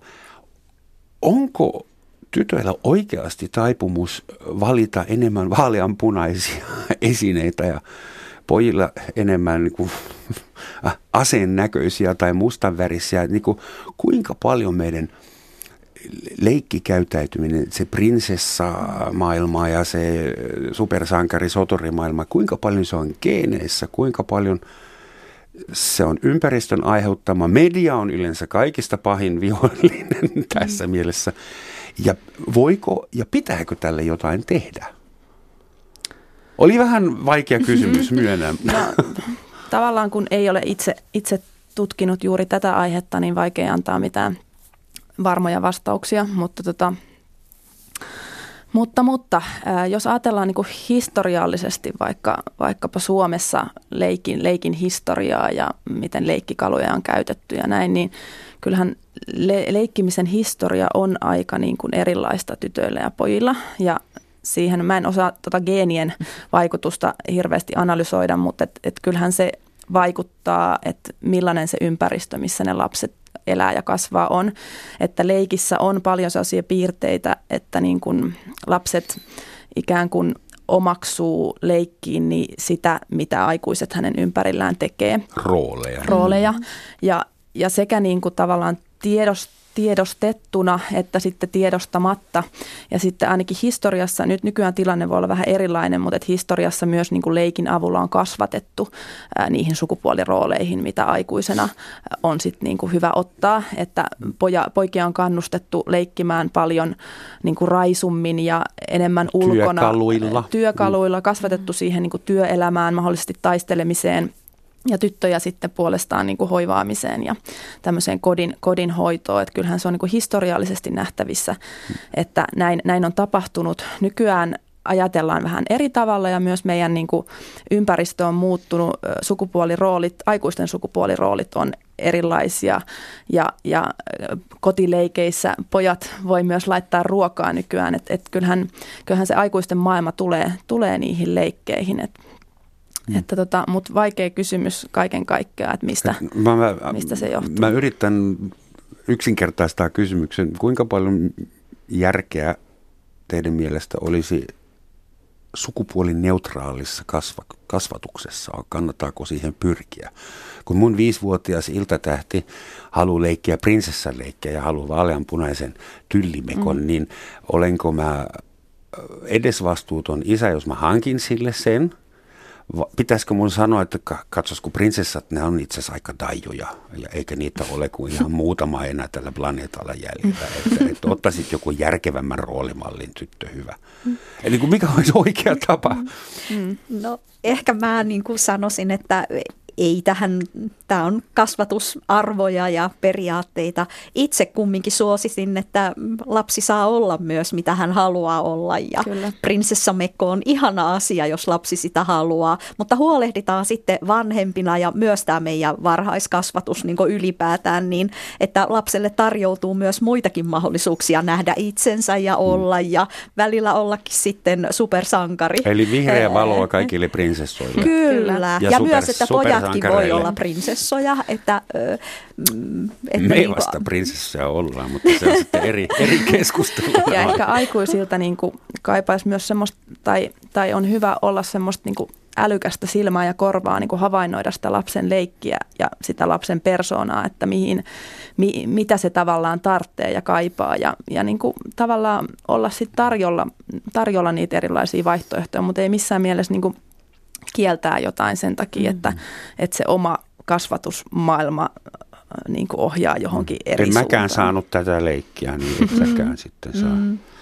Onko tytöillä oikeasti taipumus valita enemmän vaaleanpunaisia esineitä ja pojilla enemmän niin kuin aseen näköisiä tai mustanvärisiä? Niin kuin, kuinka paljon meidän leikkikäyttäytyminen, se prinsessamaailma ja se supersankari-sotorimaailma, kuinka paljon se on geeneissä, kuinka paljon se on ympäristön aiheuttama. Media on yleensä kaikista pahin vihollinen tässä mielessä. Ja voiko ja pitääkö tälle jotain tehdä? Oli vähän vaikea kysymys, myönnän. No, tavallaan kun ei ole itse tutkinut juuri tätä aihetta, niin vaikea antaa mitään varmoja vastauksia, mutta jos ajatellaan niin kuin historiallisesti vaikkapa Suomessa leikin historiaa ja miten leikkikaluja on käytetty ja näin, niin kyllähän leikkimisen historia on aika niin kuin erilaista tytöillä ja pojilla ja siihen mä en osaa geenien vaikutusta hirveästi analysoida, mutta et kyllähän se vaikuttaa, että millainen se ympäristö, missä ne lapset elää ja kasvaa on, että leikissä on paljon sellaisia piirteitä, että niin kuin lapset ikään kuin omaksuu leikkiin niin sitä, mitä aikuiset hänen ympärillään tekee. Rooleja. Ja sekä niin kuin tavallaan tiedostettuna että sitten tiedostamatta. Ja sitten ainakin historiassa, nykyään tilanne voi olla vähän erilainen, mutta että historiassa myös niin kuin leikin avulla on kasvatettu niihin sukupuolirooleihin, mitä aikuisena on sitten niin kuin hyvä ottaa. Että poikia on kannustettu leikkimään paljon niin kuin raisummin ja enemmän ulkona. Työkaluilla kasvatettu siihen niin kuin työelämään, mahdollisesti taistelemiseen. Ja tyttöjä sitten puolestaan niin kuin hoivaamiseen ja tämmöiseen kodin hoitoon. Että kyllähän se on niin kuin historiallisesti nähtävissä, että näin on tapahtunut. Nykyään ajatellaan vähän eri tavalla ja myös meidän niin kuin ympäristö on muuttunut. Aikuisten sukupuoliroolit on erilaisia ja kotileikeissä pojat voi myös laittaa ruokaa nykyään. Että kyllähän se aikuisten maailma tulee niihin leikkeihin, mutta vaikea kysymys kaiken kaikkiaan, että mistä se johtuu. Mä yritän yksinkertaistaa kysymyksen. Kuinka paljon järkeä teidän mielestä olisi sukupuolineutraalissa kasvatuksessa? Kannattaako siihen pyrkiä? Kun mun 5-vuotias iltatähti haluaa leikkiä prinsessanleikkiä ja haluaa vaaleanpunaisen tyllimekon, niin olenko mä edesvastuuton isä, jos mä hankin sille sen? Pitäisikö mun sanoa, että katsos, kun prinsessat, ne on itse asiassa aika daijoja, eikä niitä ole kuin ihan muutama enää tällä planeetalla jäljellä. Että ottaisit joku järkevämmän roolimallin, tyttö, hyvä. Eli mikä olisi oikea tapa? No ehkä mä niin kuin sanoisin, että ei tämä on kasvatusarvoja ja periaatteita. Itse kumminkin suosisin, että lapsi saa olla myös mitä hän haluaa olla ja prinsessamekko on ihana asia, jos lapsi sitä haluaa, mutta huolehditaan sitten vanhempina ja myös tämä meidän varhaiskasvatus niin kuin ylipäätään niin, että lapselle tarjoutuu myös muitakin mahdollisuuksia nähdä itsensä ja olla ja välillä ollakin sitten supersankari. Eli vihreä valoa kaikille prinsessoille. Kyllä. Ja myös, että pojatkin voi olla prinsessoja. Me ei vasta prinsessoja ollaan, mutta se on sitten eri keskustelu. Ja ehkä aikuisilta niin kuin kaipaisi myös semmoista, tai on hyvä olla semmoista niin kuin älykästä silmää ja korvaa niin kuin havainnoida sitä lapsen leikkiä ja sitä lapsen persoonaa, että mitä se tavallaan tarvitsee ja kaipaa ja niin kuin tavallaan olla sitten tarjolla niitä erilaisia vaihtoehtoja, mutta ei missään mielessä niin kuin kieltää jotain sen takia, että se oma kasvatusmaailma niin kuin ohjaa johonkin eri suuntaan. En mäkään saanut tätä leikkiä, niin et säkään sitten saa.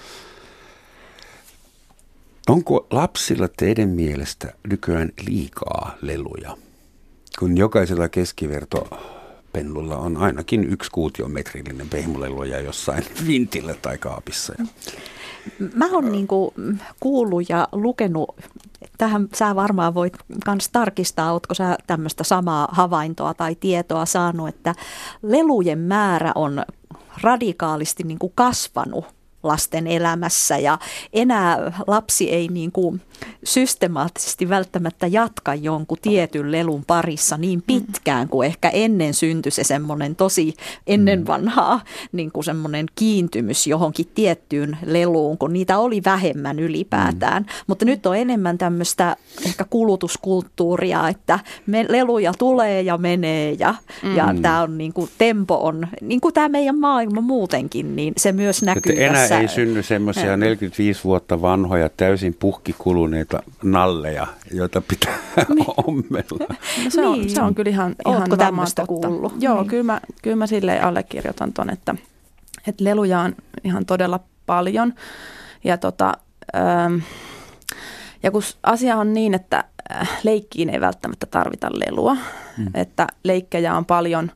Onko lapsilla teidän mielestä nykyään liikaa leluja? Kun jokaisella keskivertopennulla on ainakin 1 kuutiometrillinen pehmoleluja jossain vintillä tai kaapissa. Mä oon niinku kuullut ja lukenut, tähän sä varmaan voit myös tarkistaa, ootko sä tämmöistä samaa havaintoa tai tietoa saanut, että lelujen määrä on radikaalisti niinku kasvanut lasten elämässä ja enää lapsi ei niin kuin systemaattisesti välttämättä jatka jonkun tietyn lelun parissa niin pitkään kuin ehkä ennen syntyi se semmoinen tosi ennen vanhaa niin kuin semmoinen kiintymys johonkin tiettyyn leluun, kun niitä oli vähemmän ylipäätään. Mutta nyt on enemmän tämmöistä ehkä kulutuskulttuuria, että leluja tulee ja menee ja tämä on niin kuin tempo on, niin kuin tämä meidän maailma muutenkin, niin se myös näkyy tässä. Ei synny semmoisia 45 vuotta vanhoja, täysin puhkikuluneita nalleja, joita pitää ommella. No se on kyllä ihan tämmöistä kuullut? Joo, kyllä mä silleen allekirjoitan ton, että leluja on ihan todella paljon. Ja kun asia on niin, että leikkiin ei välttämättä tarvita lelua, että leikkejä on paljon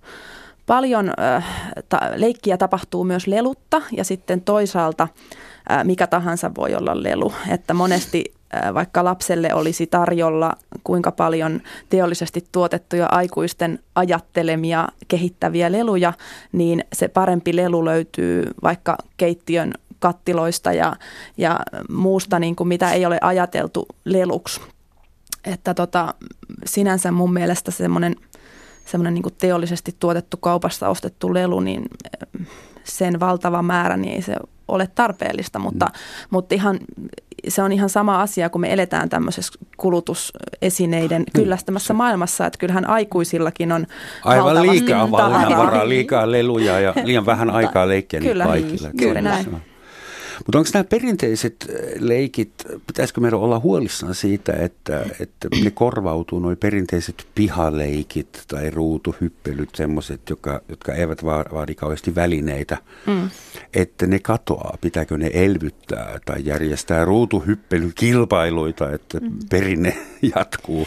leikkiä tapahtuu myös lelutta ja sitten toisaalta mikä tahansa voi olla lelu, että monesti vaikka lapselle olisi tarjolla kuinka paljon teollisesti tuotettuja aikuisten ajattelemia kehittäviä leluja, niin se parempi lelu löytyy vaikka keittiön kattiloista ja muusta, niin kuin mitä ei ole ajateltu leluksi. Että sinänsä mun mielestä semmoinen niin kuin teollisesti tuotettu kaupasta ostettu lelu, niin sen valtava määrä, niin ei se ole tarpeellista, mutta se on ihan sama asia, kun me eletään tämmöisessä kulutusesineiden kyllästämässä maailmassa, että kyllähän aikuisillakin on aivan liikaa valinnanvaraa, liikaa leluja ja liian vähän aikaa leikkiä niin kaikille. Kyllä näin. Mutta onko nämä perinteiset leikit, pitäisikö meidän olla huolissaan siitä, että ne korvautuu, nuo perinteiset pihaleikit tai ruutuhyppelyt, semmoiset, jotka eivät vaadi kauheasti välineitä, että ne katoaa? Pitääkö ne elvyttää tai järjestää ruutuhyppelyn kilpailuita, että perinne jatkuu?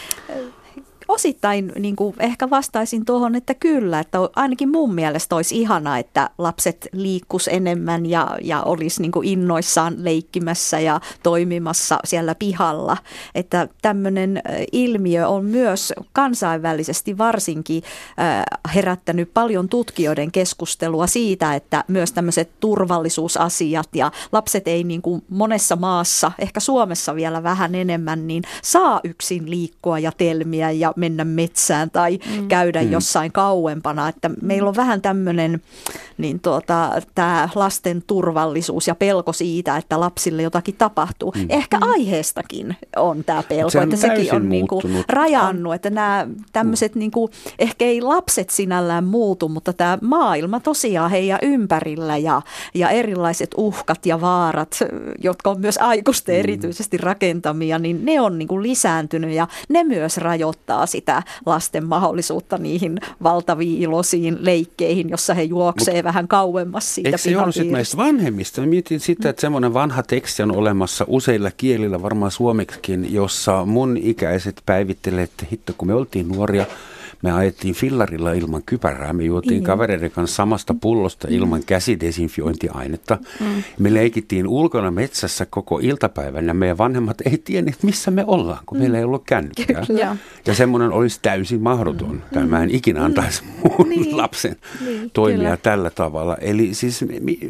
Osittain niin kuin ehkä vastaisin tuohon, että kyllä, että ainakin mun mielestä olisi ihanaa, että lapset liikkus enemmän ja olisi niin kuin innoissaan leikkimässä ja toimimassa siellä pihalla. Että tämmöinen ilmiö on myös kansainvälisesti varsinkin herättänyt paljon tutkijoiden keskustelua siitä, että myös tämmöiset turvallisuusasiat ja lapset ei niin kuin monessa maassa, ehkä Suomessa vielä vähän enemmän, niin saa yksin liikkua ja telmiä ja mennä metsään tai käydä jossain kauempana, että meillä on vähän tämmöinen niin tämä lasten turvallisuus ja pelko siitä, että lapsille jotakin tapahtuu. Ehkä aiheestakin on tämä pelko, että sekin on niinku rajannut, että nämä tämmöiset niinku, ehkä ei lapset sinällään muutu, mutta tämä maailma tosiaan heidän ympärillä ja erilaiset uhkat ja vaarat, jotka on myös aikuisten erityisesti rakentamia, niin ne on niinku lisääntynyt ja ne myös rajoittaa sitä lasten mahdollisuutta niihin valtaviin iloisiin leikkeihin, jossa he juoksee vähän kauemmas siitä pihapiiristä. Eikö se ollut sitten näistä vanhemmista? Mietin sitä, että semmoinen vanha teksti on olemassa useilla kielillä, varmaan suomeksikin, jossa mun ikäiset päivittelee, että hitto, kun me oltiin nuoria, me ajettiin fillarilla ilman kypärää, me juotiin kavereiden kanssa samasta pullosta ilman käsidesinfiointiainetta. Me leikittiin ulkona metsässä koko iltapäivän ja meidän vanhemmat ei tienneet, missä me ollaan, kun meillä ei ollut kännykkää. Ja semmoinen olisi täysin mahdoton. Mä en ikinä antaisi mun lapsen toimia tällä tavalla. Eli siis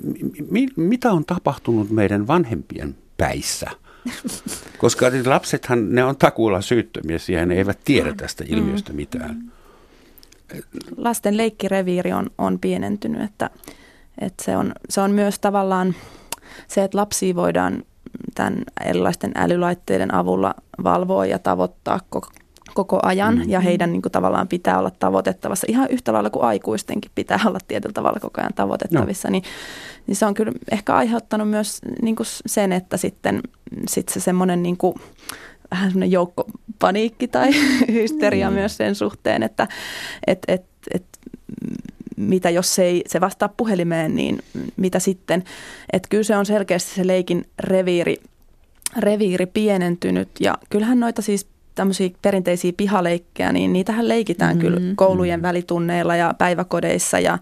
mitä on tapahtunut meidän vanhempien päissä? Koska lapsethan, ne on takuulla syyttömiä siihen, ne eivät tiedä tästä ilmiöstä mitään. Lasten leikkireviiri on pienentynyt, että se on myös tavallaan se, että lapsia voidaan tämän erilaisten älylaitteiden avulla valvoa ja tavoittaa koko ajan ja heidän niin kuin, tavallaan pitää olla tavoitettavassa ihan yhtä lailla kuin aikuistenkin pitää olla tietyllä tavalla koko ajan tavoitettavissa, niin se on kyllä ehkä aiheuttanut myös niin kuin sen, että sitten se semmoinen niin kuin, vähän semmoinen joukkopaniikki tai hysteria myös sen suhteen, että mitä jos se vastaa puhelimeen, niin mitä sitten, että kyllä se on selkeästi se leikin reviiri pienentynyt ja kyllähän noita siis tämmöisiä perinteisiä pihaleikkejä, niin niitähän leikitään kyllä koulujen välitunneilla ja päiväkodeissa ja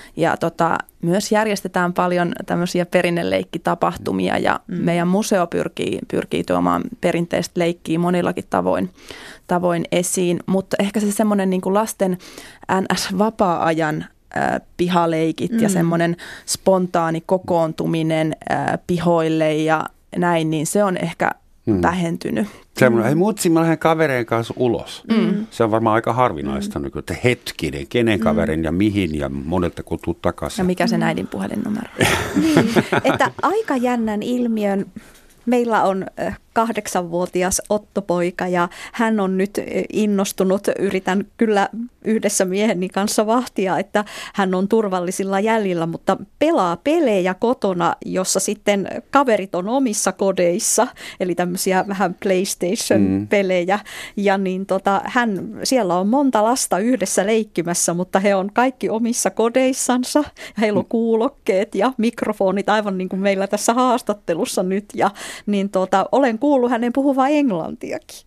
myös järjestetään paljon tämmöisiä perinneleikkitapahtumia ja meidän museo pyrkii tuomaan perinteistä leikkiä monillakin tavoin esiin, mutta ehkä se semmoinen niin kuin lasten NS-vapaa-ajan pihaleikit ja semmoinen spontaani kokoontuminen pihoille ja näin, niin se on ehkä vähentynyt. Semmoinen, ei muutsi, mä lähden kavereen kanssa ulos. Se on varmaan aika harvinaista, että hetkinen, kenen kaverin ja mihin ja monelta kun tuu takaisin. Ja mikä se äidin puhelinnumero? Niin, että aika jännän ilmiön. Meillä on 8-vuotias Otto-poika ja hän on nyt innostunut, yritän kyllä yhdessä mieheni kanssa vahtia, että hän on turvallisilla jäljillä, mutta pelaa pelejä kotona, jossa sitten kaverit on omissa kodeissa, eli tämmöisiä vähän PlayStation-pelejä ja niin siellä on monta lasta yhdessä leikkimässä, mutta he on kaikki omissa kodeissansa, heillä on kuulokkeet ja mikrofonit aivan niin kuin meillä tässä haastattelussa nyt ja niin olen kuullut hänen puhuvan englantiakin.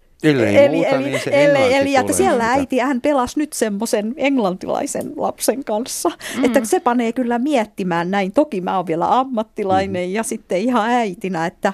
Eli että siellä äiti, hän pelasi nyt semmoisen englantilaisen lapsen kanssa, että se panee kyllä miettimään näin. Toki mä oon vielä ammattilainen ja sitten ihan äitinä, että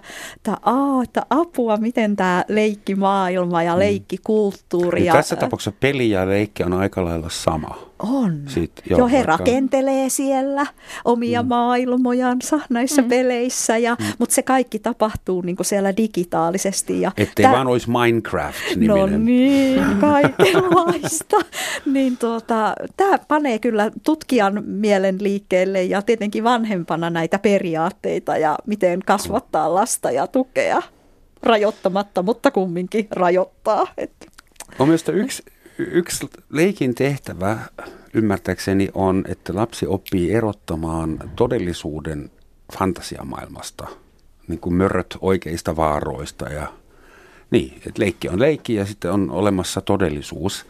apua, miten tämä leikkimaailma ja leikkikulttuuri. Ja tässä tapauksessa peli ja leikki on aika lailla sama. On. He rakentelee siellä omia maailmojansa näissä peleissä, mutta se kaikki tapahtuu niin kuin siellä digitaalisesti. Ettei vaan olisi Minecraft-niminen. No niin, kaikenlaista. Niin tämä panee kyllä tutkijan mielen liikkeelle ja tietenkin vanhempana näitä periaatteita ja miten kasvattaa lasta ja tukea. rajoittamatta, mutta kumminkin rajoittaa. On myös yksi leikin tehtävä, ymmärtääkseni, on, että lapsi oppii erottamaan todellisuuden fantasiamaailmasta, niin kuin mörröt oikeista vaaroista. Ja, niin, että leikki on leikki ja sitten on olemassa todellisuus.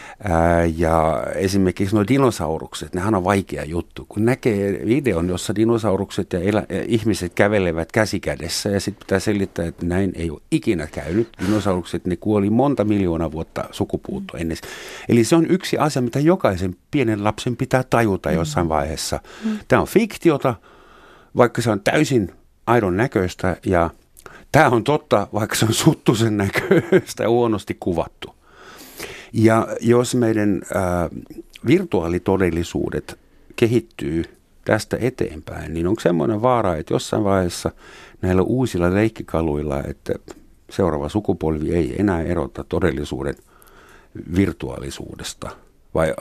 Ja esimerkiksi nuo dinosaurukset, nehän on vaikea juttu. Kun näkee videon, jossa dinosaurukset ja ihmiset kävelevät käsikädessä ja sitten pitää selittää, että näin ei ole ikinä käynyt. Dinosaurukset, ne kuoli monta miljoonaa vuotta sukupuuttoa ennen. Eli se on yksi asia, mitä jokaisen pienen lapsen pitää tajuta jossain vaiheessa. Tämä on fiktiota, vaikka se on täysin aidon näköistä, ja tämä on totta, vaikka se on suttusen näköistä ja huonosti kuvattu. Ja jos meidän virtuaalitodellisuudet kehittyy tästä eteenpäin, niin onko semmoinen vaara, että jossain vaiheessa näillä uusilla leikkikaluilla, että seuraava sukupolvi ei enää erota todellisuuden virtuaalisuudesta? Vai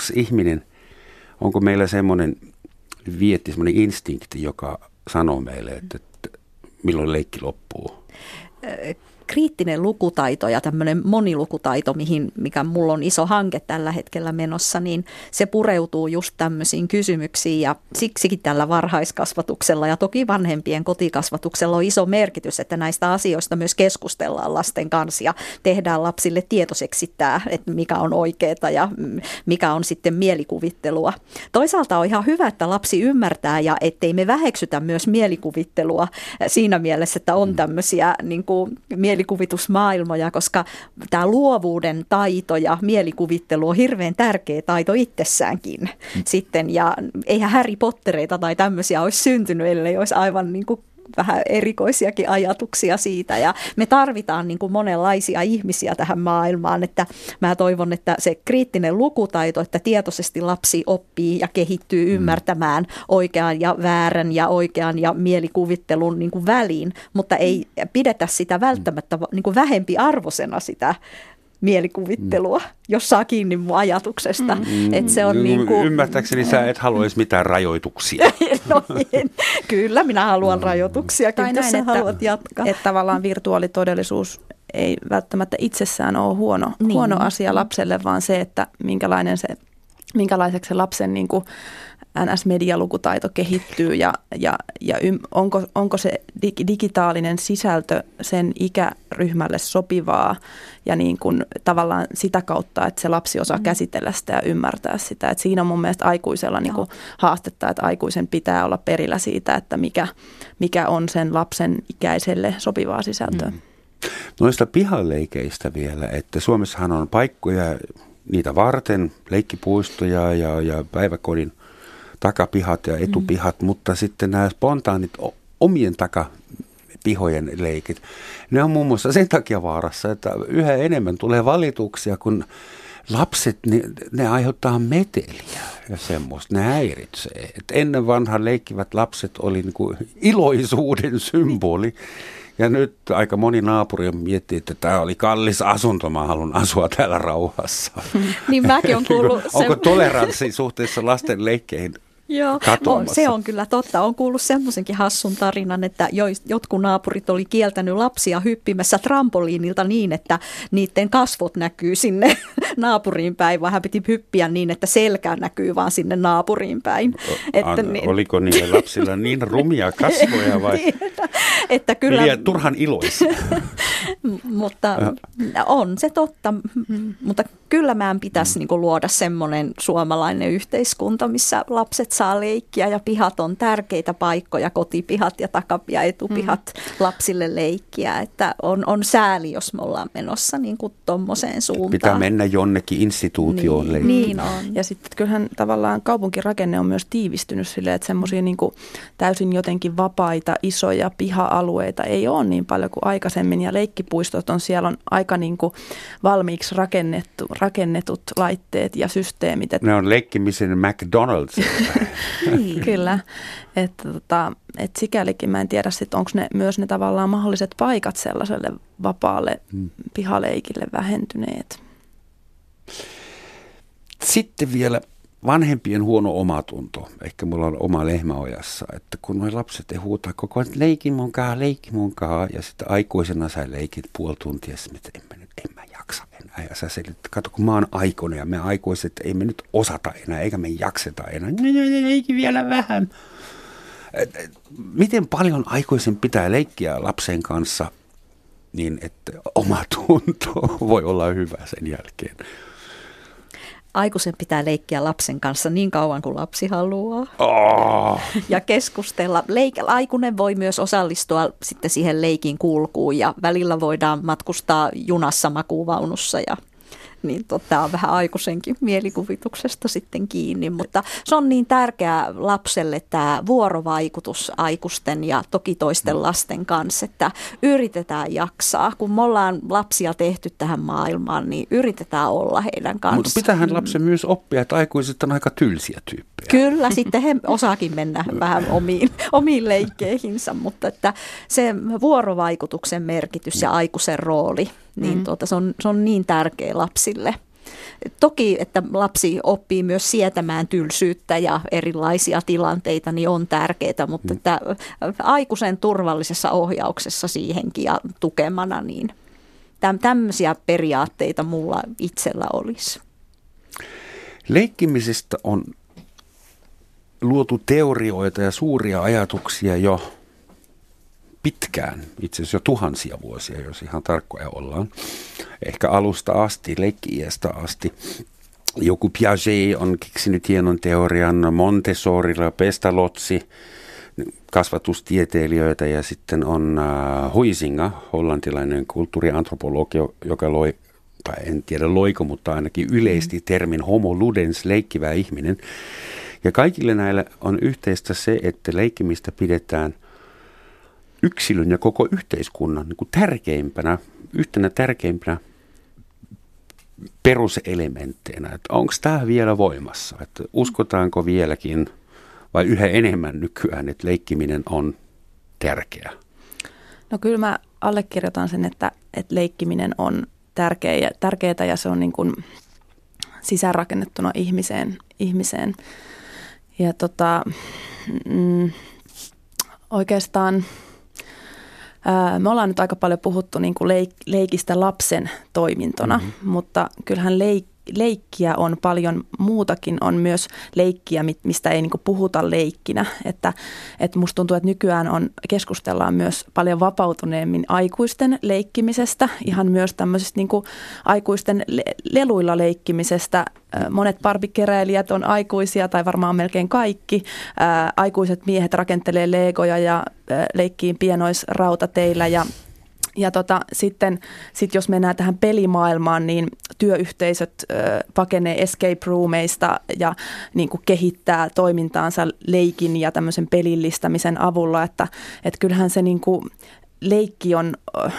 onko meillä semmoinen semmoinen instinkti, joka sanoo meille, että milloin leikki loppuu? Kriittinen lukutaito ja tämmöinen monilukutaito, mikä mulla on iso hanke tällä hetkellä menossa, niin se pureutuu just tämmöisiin kysymyksiin, ja siksikin tällä varhaiskasvatuksella ja toki vanhempien kotikasvatuksella on iso merkitys, että näistä asioista myös keskustellaan lasten kanssa ja tehdään lapsille tietoiseksi tämä, että mikä on oikeaa ja mikä on sitten mielikuvittelua. Toisaalta on ihan hyvä, että lapsi ymmärtää ja ettei me väheksytä myös mielikuvittelua siinä mielessä, että on tämmöisiä niin kuin mielikuvitusmaailmoja, koska tämä luovuuden taito ja mielikuvittelu on hirveän tärkeä taito itsessäänkin sitten, ja eihän Harry Pottereita tai tämmöisiä olisi syntynyt, ellei olisi aivan niin kuin vähän erikoisiakin ajatuksia siitä, ja me tarvitaan niin kuin monenlaisia ihmisiä tähän maailmaan, että mä toivon, että se kriittinen lukutaito, että tietoisesti lapsi oppii ja kehittyy ymmärtämään oikean ja väärän ja oikean ja mielikuvittelun niin kuin väliin, mutta ei pidetä sitä välttämättä niin kuin vähempiarvoisena sitä mielikuvittelua, jos saa kiinni mun ajatuksesta. Että se on niin kuin, ymmärtääkseni sä et haluaisi mitään rajoituksia. No, kyllä, minä haluan rajoituksia, jos sä haluat jatkaa. Että tavallaan virtuaalitodellisuus ei välttämättä itsessään ole huono asia lapselle, vaan se, että minkälaiseksi se lapsen niin kuin NS-medialukutaito kehittyy ja onko se digitaalinen sisältö sen ikäryhmälle sopivaa ja niin kuin tavallaan sitä kautta, että se lapsi osaa käsitellä sitä ja ymmärtää sitä. Et siinä on mun mielestä aikuisella niin kuin haastetta, että aikuisen pitää olla perillä siitä, että mikä on sen lapsen ikäiselle sopivaa sisältöä. Noista pihaleikeistä vielä, että Suomessahan on paikkoja niitä varten, leikkipuistoja ja päiväkodin takapihat ja etupihat, mutta sitten nämä spontaanit omien takapihojen leikit, ne on muun muassa sen takia vaarassa, että yhä enemmän tulee valituksia, kun lapset, ne aiheuttaa meteliä ja semmoista, ne häiritsee. Et ennen vanhan leikkivät lapset oli niin kuin iloisuuden symboli. Ja nyt aika moni naapuri miettii, että tämä oli kallis asunto, mä haluan asua täällä rauhassa. Niin mäkin on kuullut. Onko toleranssi suhteessa lasten leikkeihin? Joo, se on kyllä totta. Olen kuullut semmoisenkin hassun tarinan, että jotkut naapurit oli kieltänyt lapsia hyppimässä trampoliinilta niin, että niiden kasvot näkyy sinne naapuriin päin, vaan hän piti hyppiä niin, että selkä näkyy vaan sinne naapuriin päin. Oliko niillä lapsilla niin rumia kasvoja vai että kyllä, liian turhan iloisia? Mutta on se totta, mutta kyllä meidän pitäisi niin kuin luoda semmoinen suomalainen yhteiskunta, missä lapset saa leikkiä ja pihat on tärkeitä paikkoja, kotipihat ja ja etupihat lapsille leikkiä, että on sääli, jos me ollaan menossa niin kuin tommoseen suuntaan. Pitää mennä jonnekin instituutioon leikkiä. Niin on. Ja sitten kyllähän tavallaan kaupunkirakenne on myös tiivistynyt silleen, että semmoisia niin kuin täysin jotenkin vapaita, isoja piha-alueita ei ole niin paljon kuin aikaisemmin, ja leikkipuistot siellä on aika niin kuin valmiiksi rakennetut laitteet ja systeemit. Ne on leikkimisen McDonald's. Kyllä, että sikälikin mä en tiedä sit, onko ne myös ne tavallaan mahdolliset paikat sellaiselle vapaalle pihaleikille vähentyneet. Sitten vielä vanhempien huono omatunto. Ehkä mulla on oma lehmä ojassa, että kun nuo lapset huutaa koko ajan, leiki mun kaa, ja sitten aikuisena sä leikit puoli tuntia, että en mä jaksa enää. Ja sä selit, kato kun mä oon aikuinen ja me aikuiset ei me nyt osata enää, eikä me jakseta enää. Leiki vielä vähän. Miten paljon aikuisen pitää leikkiä lapsen kanssa niin, että oma tunto voi olla hyvä sen jälkeen? Aikuisen pitää leikkiä lapsen kanssa niin kauan kuin lapsi haluaa ja keskustella. Aikuinen voi myös osallistua sitten siihen leikin kulkuun ja välillä voidaan matkustaa junassa makuuvaunussa ja niin tämä on vähän aikuisenkin mielikuvituksesta sitten kiinni, mutta se on niin tärkeää lapselle tämä vuorovaikutus aikuisten ja toki toisten lasten kanssa, että yritetään jaksaa. Kun me ollaan lapsia tehty tähän maailmaan, niin yritetään olla heidän kanssaan. Mutta pitäähän lapsen myös oppia, että aikuiset on aika tylsiä tyyppejä. Kyllä, sitten he osaakin mennä vähän omiin leikkeihinsä, mutta että se vuorovaikutuksen merkitys ja aikuisen rooli, niin se on niin tärkeä lapsille. Toki, että lapsi oppii myös sietämään tylsyyttä ja erilaisia tilanteita, niin on tärkeää, mutta että aikuisen turvallisessa ohjauksessa siihenkin ja tukemana, niin tämmöisiä periaatteita mulla itsellä olisi. Leikkimisestä on luotu teorioita ja suuria ajatuksia jo pitkään, itse asiassa jo tuhansia vuosia, jos ihan tarkkoja ollaan. Ehkä alusta asti, leikki-iästä asti. Joku Piaget on keksinyt hienon teorian, Montessorilla, Pestalozzi, kasvatustieteilijöitä, ja sitten on Huizinga, hollantilainen kulttuuriantropologi, joka loi, tai en tiedä loiko, mutta ainakin yleisti termin homo ludens, leikkivä ihminen. Ja kaikille näille on yhteistä se, että leikkimistä pidetään yksilön ja koko yhteiskunnan niin kuin yhtenä tärkeimpänä peruselementteinä. Onko tämä vielä voimassa? Että uskotaanko vieläkin vai yhä enemmän nykyään, että leikkiminen on tärkeää? No kyllä mä allekirjoitan sen, että leikkiminen on tärkeää ja se on niin kuin sisäänrakennettuna ihmiseen. Ja oikeastaan me ollaan nyt aika paljon puhuttu niin kuin leikistä lapsen toimintona, mutta kyllähän leikkiä on paljon muutakin, on myös leikkiä, mistä ei niin kuin puhuta leikkinä. Että musta tuntuu, että nykyään keskustellaan myös paljon vapautuneemmin aikuisten leikkimisestä, ihan myös tämmöisestä niin kuin aikuisten leluilla leikkimisestä. Monet barbikeräilijät on aikuisia, tai varmaan melkein kaikki. Aikuiset miehet rakentelee legoja ja leikkii pienoisrautateillä ja sitten jos mennään tähän pelimaailmaan, niin työyhteisöt pakenee escape roomeista ja niin kuin kehittää toimintaansa leikin ja tämmöisen pelillistämisen avulla, että kyllähän se niin kuin leikki on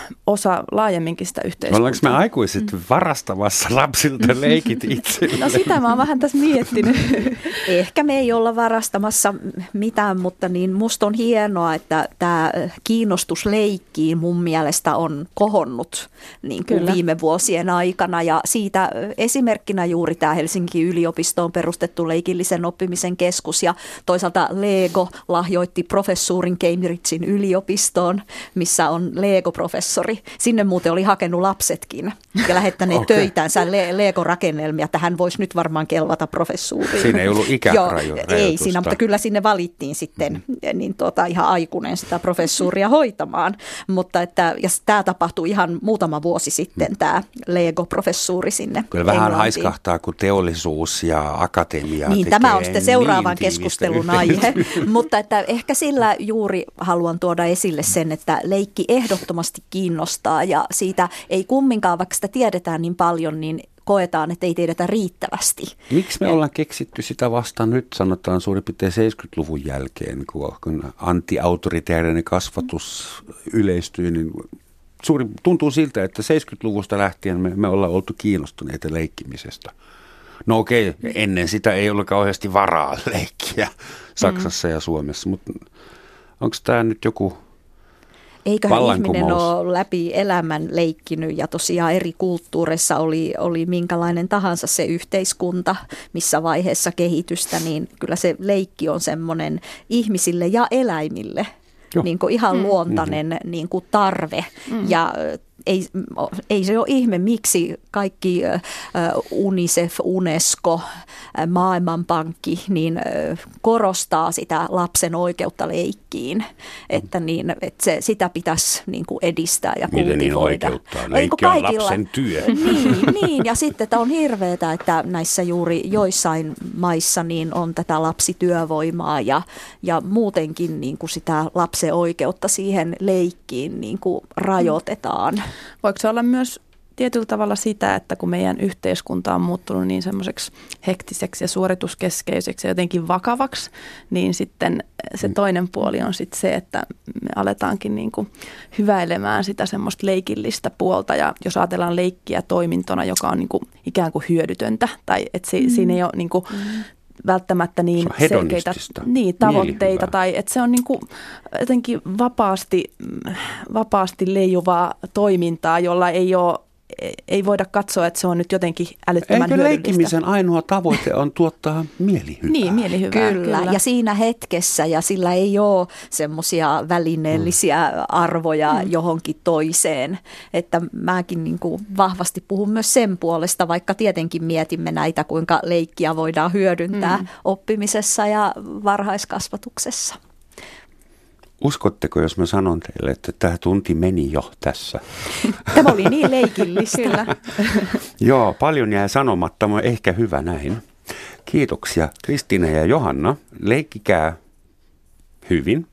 osa laajemminkin sitä yhteiskuntaa. Ollaanko me aikuiset varastamassa lapsilta leikit itselle? No sitä mä oon vähän tässä miettinyt. Ehkä me ei olla varastamassa mitään, mutta niin musta on hienoa, että tämä kiinnostus leikkiin mun mielestä on kohonnut niin kuin viime vuosien aikana. Ja siitä esimerkkinä juuri tämä Helsingin yliopistoon perustettu leikillisen oppimisen keskus ja toisaalta Lego lahjoitti professuurin Cambridgein yliopistoon, missä on Lego-professori. Sinne muuten oli hakenut lapsetkin ja lähettäneet töitänsä Lego-rakennelmia, että hän voisi nyt varmaan kelvata professuuriin. Siinä ei ollut ikärajoitusta. Ei siinä, mutta kyllä sinne valittiin sitten niin ihan aikuinen sitä professuuria hoitamaan. Mutta ja tämä tapahtui ihan muutama vuosi sitten, tämä Lego-professuuri sinne kyllä vähän Englantiin. Haiskahtaa, kun teollisuus ja akatemia niin, tämä on sitten seuraavan keskustelun aihe. Mutta että ehkä sillä juuri haluan tuoda esille sen, että leikki ehdottomasti kiinnostaa ja siitä ei kumminkaan, vaikka sitä tiedetään niin paljon, niin koetaan, että ei tiedetä riittävästi. Miksi me ollaan keksitty sitä vasta nyt, sanotaan suurin piirtein 70-luvun jälkeen, kun anti-autoritäärinen kasvatus yleistyy, niin tuntuu siltä, että 70-luvusta lähtien me ollaan oltu kiinnostuneita leikkimisestä. No okei, ennen sitä ei ollut kauheasti varaa leikkiä Saksassa ja Suomessa, mutta onko tämä nyt joku Eiköhän ihminen ole läpi elämän leikkinyt ja tosiaan eri kulttuureissa oli minkälainen tahansa se yhteiskunta, missä vaiheessa kehitystä, niin kyllä se leikki on semmoinen ihmisille ja eläimille niin kuin ihan luontainen niin kuin tarve ja ei se ole ihme, miksi kaikki UNICEF, UNESCO, Maailmanpankki niin korostaa sitä lapsen oikeutta leikkiin, että sitä pitäisi niin kuin edistää ja kultivoida. Miten niin oikeuttaa? Leikki on lapsen työ. Niin, ja sitten että on hirveätä, että näissä juuri joissain maissa niin on tätä lapsityövoimaa ja muutenkin niin kuin sitä lapsen oikeutta siihen leikkiin niin kuin rajoitetaan. Voiko se olla myös tietyllä tavalla sitä, että kun meidän yhteiskunta on muuttunut niin semmoiseksi hektiseksi ja suorituskeskeiseksi ja jotenkin vakavaksi, niin sitten se toinen puoli on sitten se, että me aletaankin niin kuin hyväilemään sitä semmoista leikillistä puolta. Ja jos ajatellaan leikkiä toimintona, joka on niin kuin ikään kuin hyödytöntä tai että siinä ei ole niin kuin välttämättä niin selkeitä tavoitteita tai että se on niin kuin jotenkin vapaasti leijuvaa toimintaa, jolla ei voida katsoa, että se on nyt jotenkin älyttömän hyödyllistä. Eikö leikkimisen ainoa tavoite on tuottaa mielihyvää? Niin, mielihyvää. Kyllä, ja siinä hetkessä, ja sillä ei ole semmoisia välineellisiä arvoja johonkin toiseen. Että mäkin niin kuin vahvasti puhun myös sen puolesta, vaikka tietenkin mietimme näitä, kuinka leikkiä voidaan hyödyntää oppimisessa ja varhaiskasvatuksessa. Uskotteko, jos mä sanon teille, että tämä tunti meni jo tässä? Tämä oli niin leikillistä. Kyllä. Joo, paljon jää sanomatta, mutta ehkä hyvä näin. Kiitoksia Kristiina ja Johanna. Leikkikää hyvin.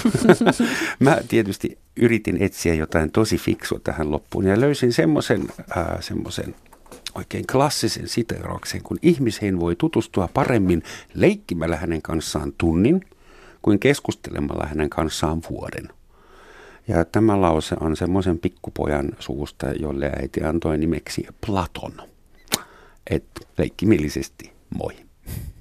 Mä tietysti yritin etsiä jotain tosi fiksua tähän loppuun ja löysin semmoisen oikein klassisen siteerauksen, kun ihmiseen voi tutustua paremmin leikkimällä hänen kanssaan tunnin kuin keskustelemalla hänen kanssaan vuoden. Ja tämä lause on semmoisen pikkupojan suusta, jolle äiti antoi nimeksi Platon. Et leikkimielisesti moi.